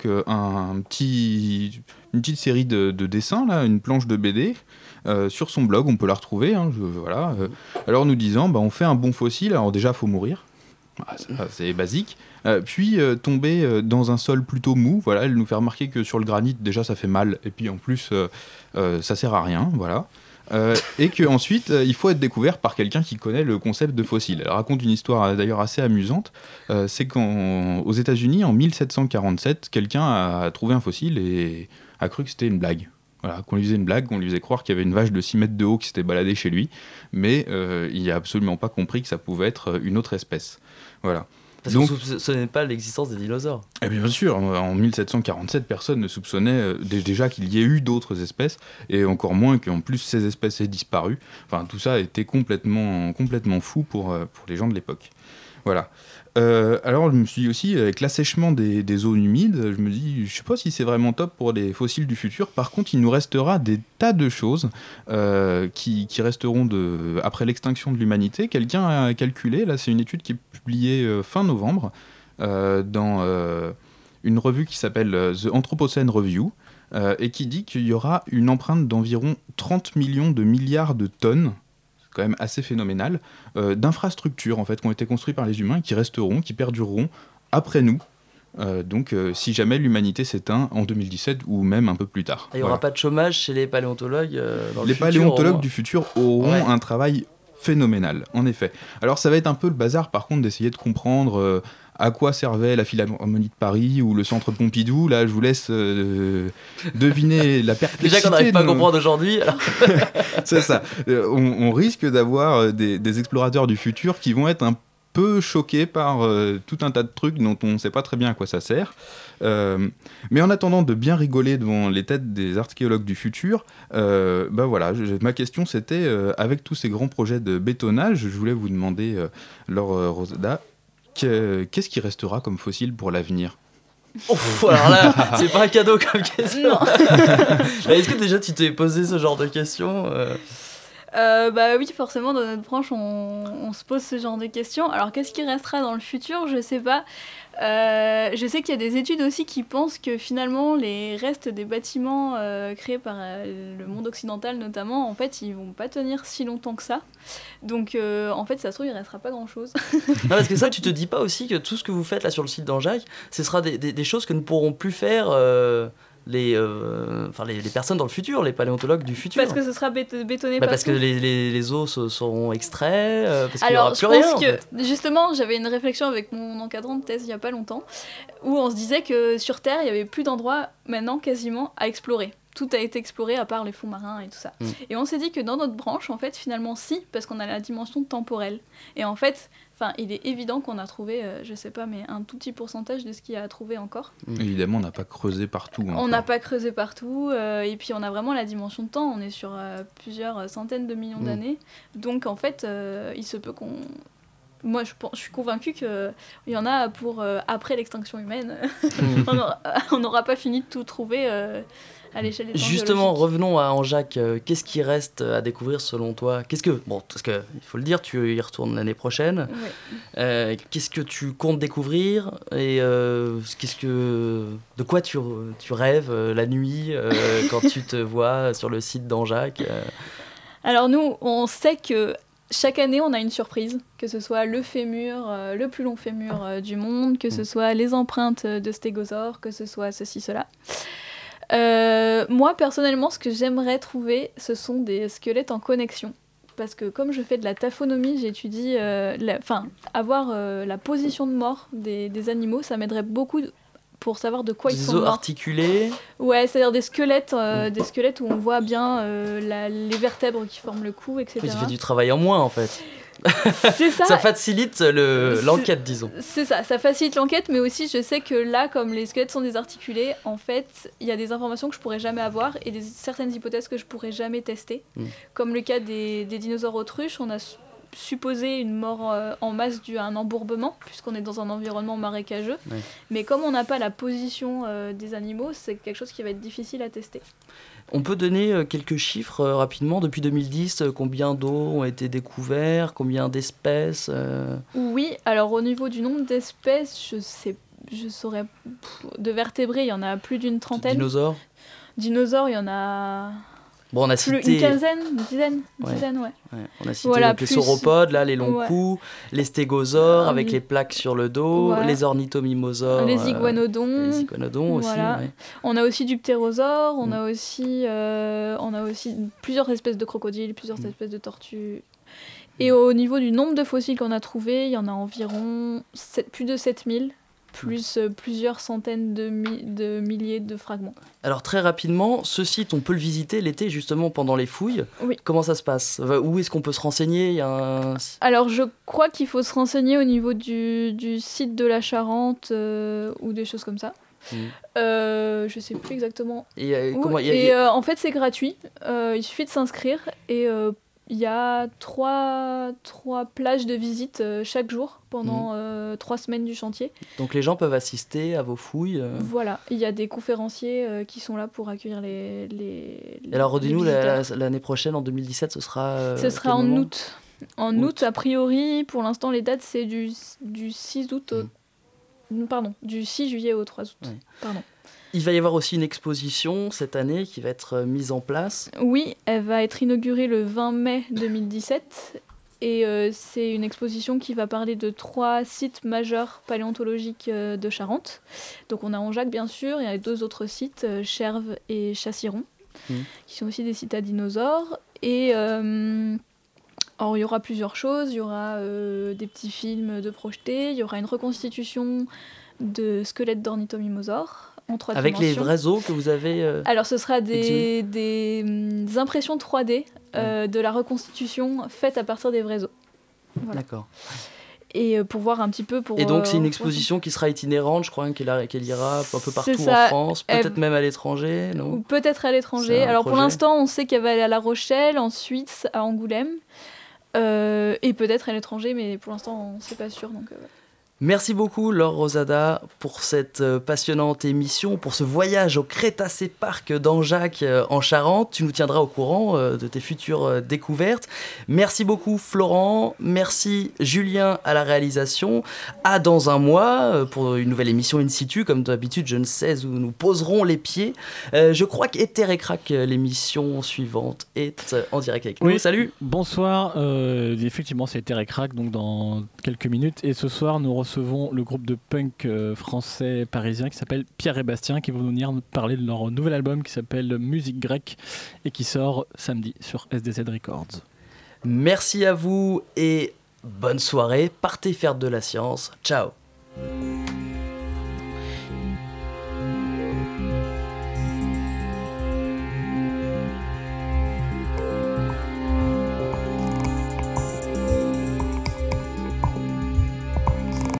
petite série de dessins, là, une planche de BD, sur son blog, on peut la retrouver, voilà. Alors, nous disant, on fait un bon fossile, alors déjà, il faut mourir. Ça, c'est basique. Puis tomber dans un sol plutôt mou, voilà, elle nous fait remarquer que sur le granit déjà ça fait mal et puis en plus ça sert à rien, voilà. Et qu'ensuite il faut être découvert par quelqu'un qui connaît le concept de fossile. Elle raconte une histoire d'ailleurs assez amusante, c'est qu'aux États-Unis en 1747 quelqu'un a trouvé un fossile et a cru que c'était une blague. Voilà, qu'on lui faisait une blague, qu'on lui faisait croire qu'il y avait une vache de 6 mètres de haut qui s'était baladée chez lui, mais il n'a absolument pas compris que ça pouvait être une autre espèce. Voilà. Parce qu'on ne soupçonnait pas l'existence des dinosaures. Et bien sûr, en 1747, personne ne soupçonnait déjà qu'il y ait eu d'autres espèces, et encore moins qu'en plus ces espèces aient disparu. Enfin, tout ça était complètement fou pour les gens de l'époque. Voilà. Alors, je me suis dit aussi, avec l'assèchement des zones humides, je me dis, je sais pas si c'est vraiment top pour les fossiles du futur. Par contre, il nous restera des tas de choses qui resteront après l'extinction de l'humanité. Quelqu'un a calculé, là, c'est une étude qui est publiée fin novembre dans une revue qui s'appelle The Anthropocene Review et qui dit qu'il y aura une empreinte d'environ 30 millions de milliards de tonnes, quand même assez phénoménal, d'infrastructures en fait, qui ont été construites par les humains, qui resteront, qui perdureront après nous. Si jamais l'humanité s'éteint en 2017 ou même un peu plus tard. Il n'y aura pas de chômage chez les paléontologues Les paléontologues du futur auront un travail phénoménal, en effet. Alors ça va être un peu le bazar par contre d'essayer de comprendre à quoi servait la Philharmonie de Paris ou le Centre Pompidou. Là, je vous laisse deviner la perplexité. Déjà qu'on n'arrive pas à comprendre aujourd'hui. Alors... C'est ça. On risque d'avoir des explorateurs du futur qui vont être un peu choqués par tout un tas de trucs dont on ne sait pas très bien à quoi ça sert. Mais en attendant de bien rigoler devant les têtes des archéologues du futur, voilà, ma question c'était, avec tous ces grands projets de bétonnage, je voulais vous demander, Laure Rosada, qu'est-ce qui restera comme fossile pour l'avenir ? Alors là, c'est pas un cadeau comme question. Est-ce que déjà tu t'es posé ce genre de questions Oui, forcément, dans notre branche, on se pose ce genre de questions. Alors, qu'est-ce qui restera dans le futur ? Je sais pas. Je sais qu'il y a des études aussi qui pensent que finalement, les restes des bâtiments créés par le monde occidental notamment, en fait, ils vont pas tenir si longtemps que ça. Donc, en fait, ça se trouve, il restera pas grand-chose. Non, parce que ça, tu te dis pas aussi que tout ce que vous faites là sur le site d'Anjac, ce sera des choses que ne pourront plus faire... les personnes dans le futur, les paléontologues du futur. Parce que ce sera bétonné parce que les os seront extraits, parce qu'il n'y aura plus rien. Alors, je pense que, justement, j'avais une réflexion avec mon encadrant de thèse il n'y a pas longtemps, où on se disait que sur Terre, il n'y avait plus d'endroits, maintenant, quasiment, à explorer. Tout a été exploré, à part les fonds marins et tout ça. Et on s'est dit que dans notre branche, en fait, finalement, si, parce qu'on a la dimension temporelle. Et en fait... il est évident qu'on a trouvé, je sais pas, mais un tout petit pourcentage de ce qu'il y a à trouver encore. Évidemment, on n'a pas creusé partout. On n'a pas creusé partout, et puis on a vraiment la dimension de temps. On est sur plusieurs centaines de millions d'années. Donc, en fait, il se peut qu'on... Moi, je suis convaincue qu'il y en a pour après l'extinction humaine. On n'aura pas fini de tout trouver à l'échelle des temps Justement, biologiques. revenons à Anjac. Qu'est-ce qui reste à découvrir selon toi ? Parce que il faut le dire, tu y retournes l'année prochaine. Ouais. Qu'est-ce que tu comptes découvrir ? Et de quoi tu rêves la nuit quand tu te vois sur le site d'Anjac ? Alors nous, on sait que chaque année, on a une surprise, que ce soit le fémur, le plus long fémur du monde, que ce soit les empreintes de stégosaures, que ce soit ceci, cela. Moi, personnellement, ce que j'aimerais trouver, ce sont des squelettes en connexion. Parce que comme je fais de la taphonomie, j'étudie... avoir la position de mort des animaux, ça m'aiderait beaucoup pour savoir de quoi ils sont morts. Des os articulés. Ouais, c'est-à-dire des squelettes où on voit bien les vertèbres qui forment le cou, etc. Mais tu fais du travail en moins, en fait. C'est ça. Ça facilite l'enquête, disons. C'est ça facilite l'enquête, mais aussi je sais que là, comme les squelettes sont désarticulés, en fait, il y a des informations que je pourrais jamais avoir et certaines hypothèses que je pourrais jamais tester. Comme le cas des dinosaures autruches, on a supposer une mort en masse due à un embourbement, puisqu'on est dans un environnement marécageux. Ouais. Mais comme on n'a pas la position des animaux, c'est quelque chose qui va être difficile à tester. On peut donner quelques chiffres rapidement. Depuis 2010, combien d'eaux ont été découverts, combien d'espèces Oui, alors au niveau du nombre d'espèces, je saurais... De vertébrés, il y en a plus d'une trentaine. Dinosaures, il y en a... Bon, on a cité... Une dizaine, ouais. On a cité les sauropodes, là, les longs coups, les stégosaures avec les plaques sur le dos, les ornithomimosaures, les iguanodons, aussi. Ouais. On a aussi du ptérosaure, on a aussi plusieurs espèces de crocodiles, plusieurs espèces de tortues. Et au niveau du nombre de fossiles qu'on a trouvés, il y en a environ plus de 7000. Plus plusieurs centaines de milliers de fragments. Alors très rapidement, ce site, on peut le visiter l'été justement pendant les fouilles. Oui. Comment ça se passe ? Où est-ce qu'on peut se renseigner ? Alors je crois qu'il faut se renseigner au niveau du site de la Charente ou des choses comme ça. Je sais plus exactement. En fait c'est gratuit, il suffit de s'inscrire et il y a trois plages de visite chaque jour pendant 3 semaines du chantier. Donc les gens peuvent assister à vos fouilles. Voilà, il y a des conférenciers qui sont là pour accueillir les alors redis-nous, l'année prochaine, en 2017, ce sera en août. En août, a priori, pour l'instant, les dates, c'est du 6 août du 6 juillet au 3 août. Ouais. Pardon. Il va y avoir aussi une exposition cette année qui va être mise en place. Oui, elle va être inaugurée le 20 mai 2017. Et c'est une exposition qui va parler de 3 sites majeurs paléontologiques de Charente. Donc on a Angeac, bien sûr, il y a 2 autres sites, Cherves et Chassiron, qui sont aussi des sites à dinosaures. Et alors, il y aura plusieurs choses. Il y aura des petits films de projetés, il y aura une reconstitution de squelettes d'ornithomimosaures. En 3 avec dimensions. Les vrais os que vous avez Alors ce sera des impressions 3D de la reconstitution faite à partir des vrais os. Voilà. D'accord. Et pour voir un petit peu... Et donc c'est une exposition qui sera itinérante, je crois, qu'elle ira un peu partout en France, peut-être même à l'étranger, non ? Ou peut-être à l'étranger. Alors pour l'instant, on sait qu'elle va aller à La Rochelle, ensuite à Angoulême, et peut-être à l'étranger, mais pour l'instant, on ne sait pas sûr. Donc, Merci beaucoup Laure Rosada pour cette passionnante émission, pour ce voyage au Crétacé Park d'Angeac en Charente. Tu nous tiendras au courant de tes futures découvertes. Merci beaucoup Florent, merci Julien à la réalisation. À dans un mois pour une nouvelle émission In Situ. Comme d'habitude, je ne sais où nous poserons les pieds. Je crois qu'Ether et Crack, l'émission suivante, est en direct avec nous. Oui, salut. Bonsoir, effectivement c'est Ether et Crack, donc dans quelques minutes. Et ce soir, nous recevons le groupe de punk français parisien qui s'appelle Pierre et Bastien, qui vont nous venir parler de leur nouvel album qui s'appelle Musique grecque et qui sort samedi sur SDZ Records. Merci à vous et bonne soirée. Partez faire de la science. Ciao.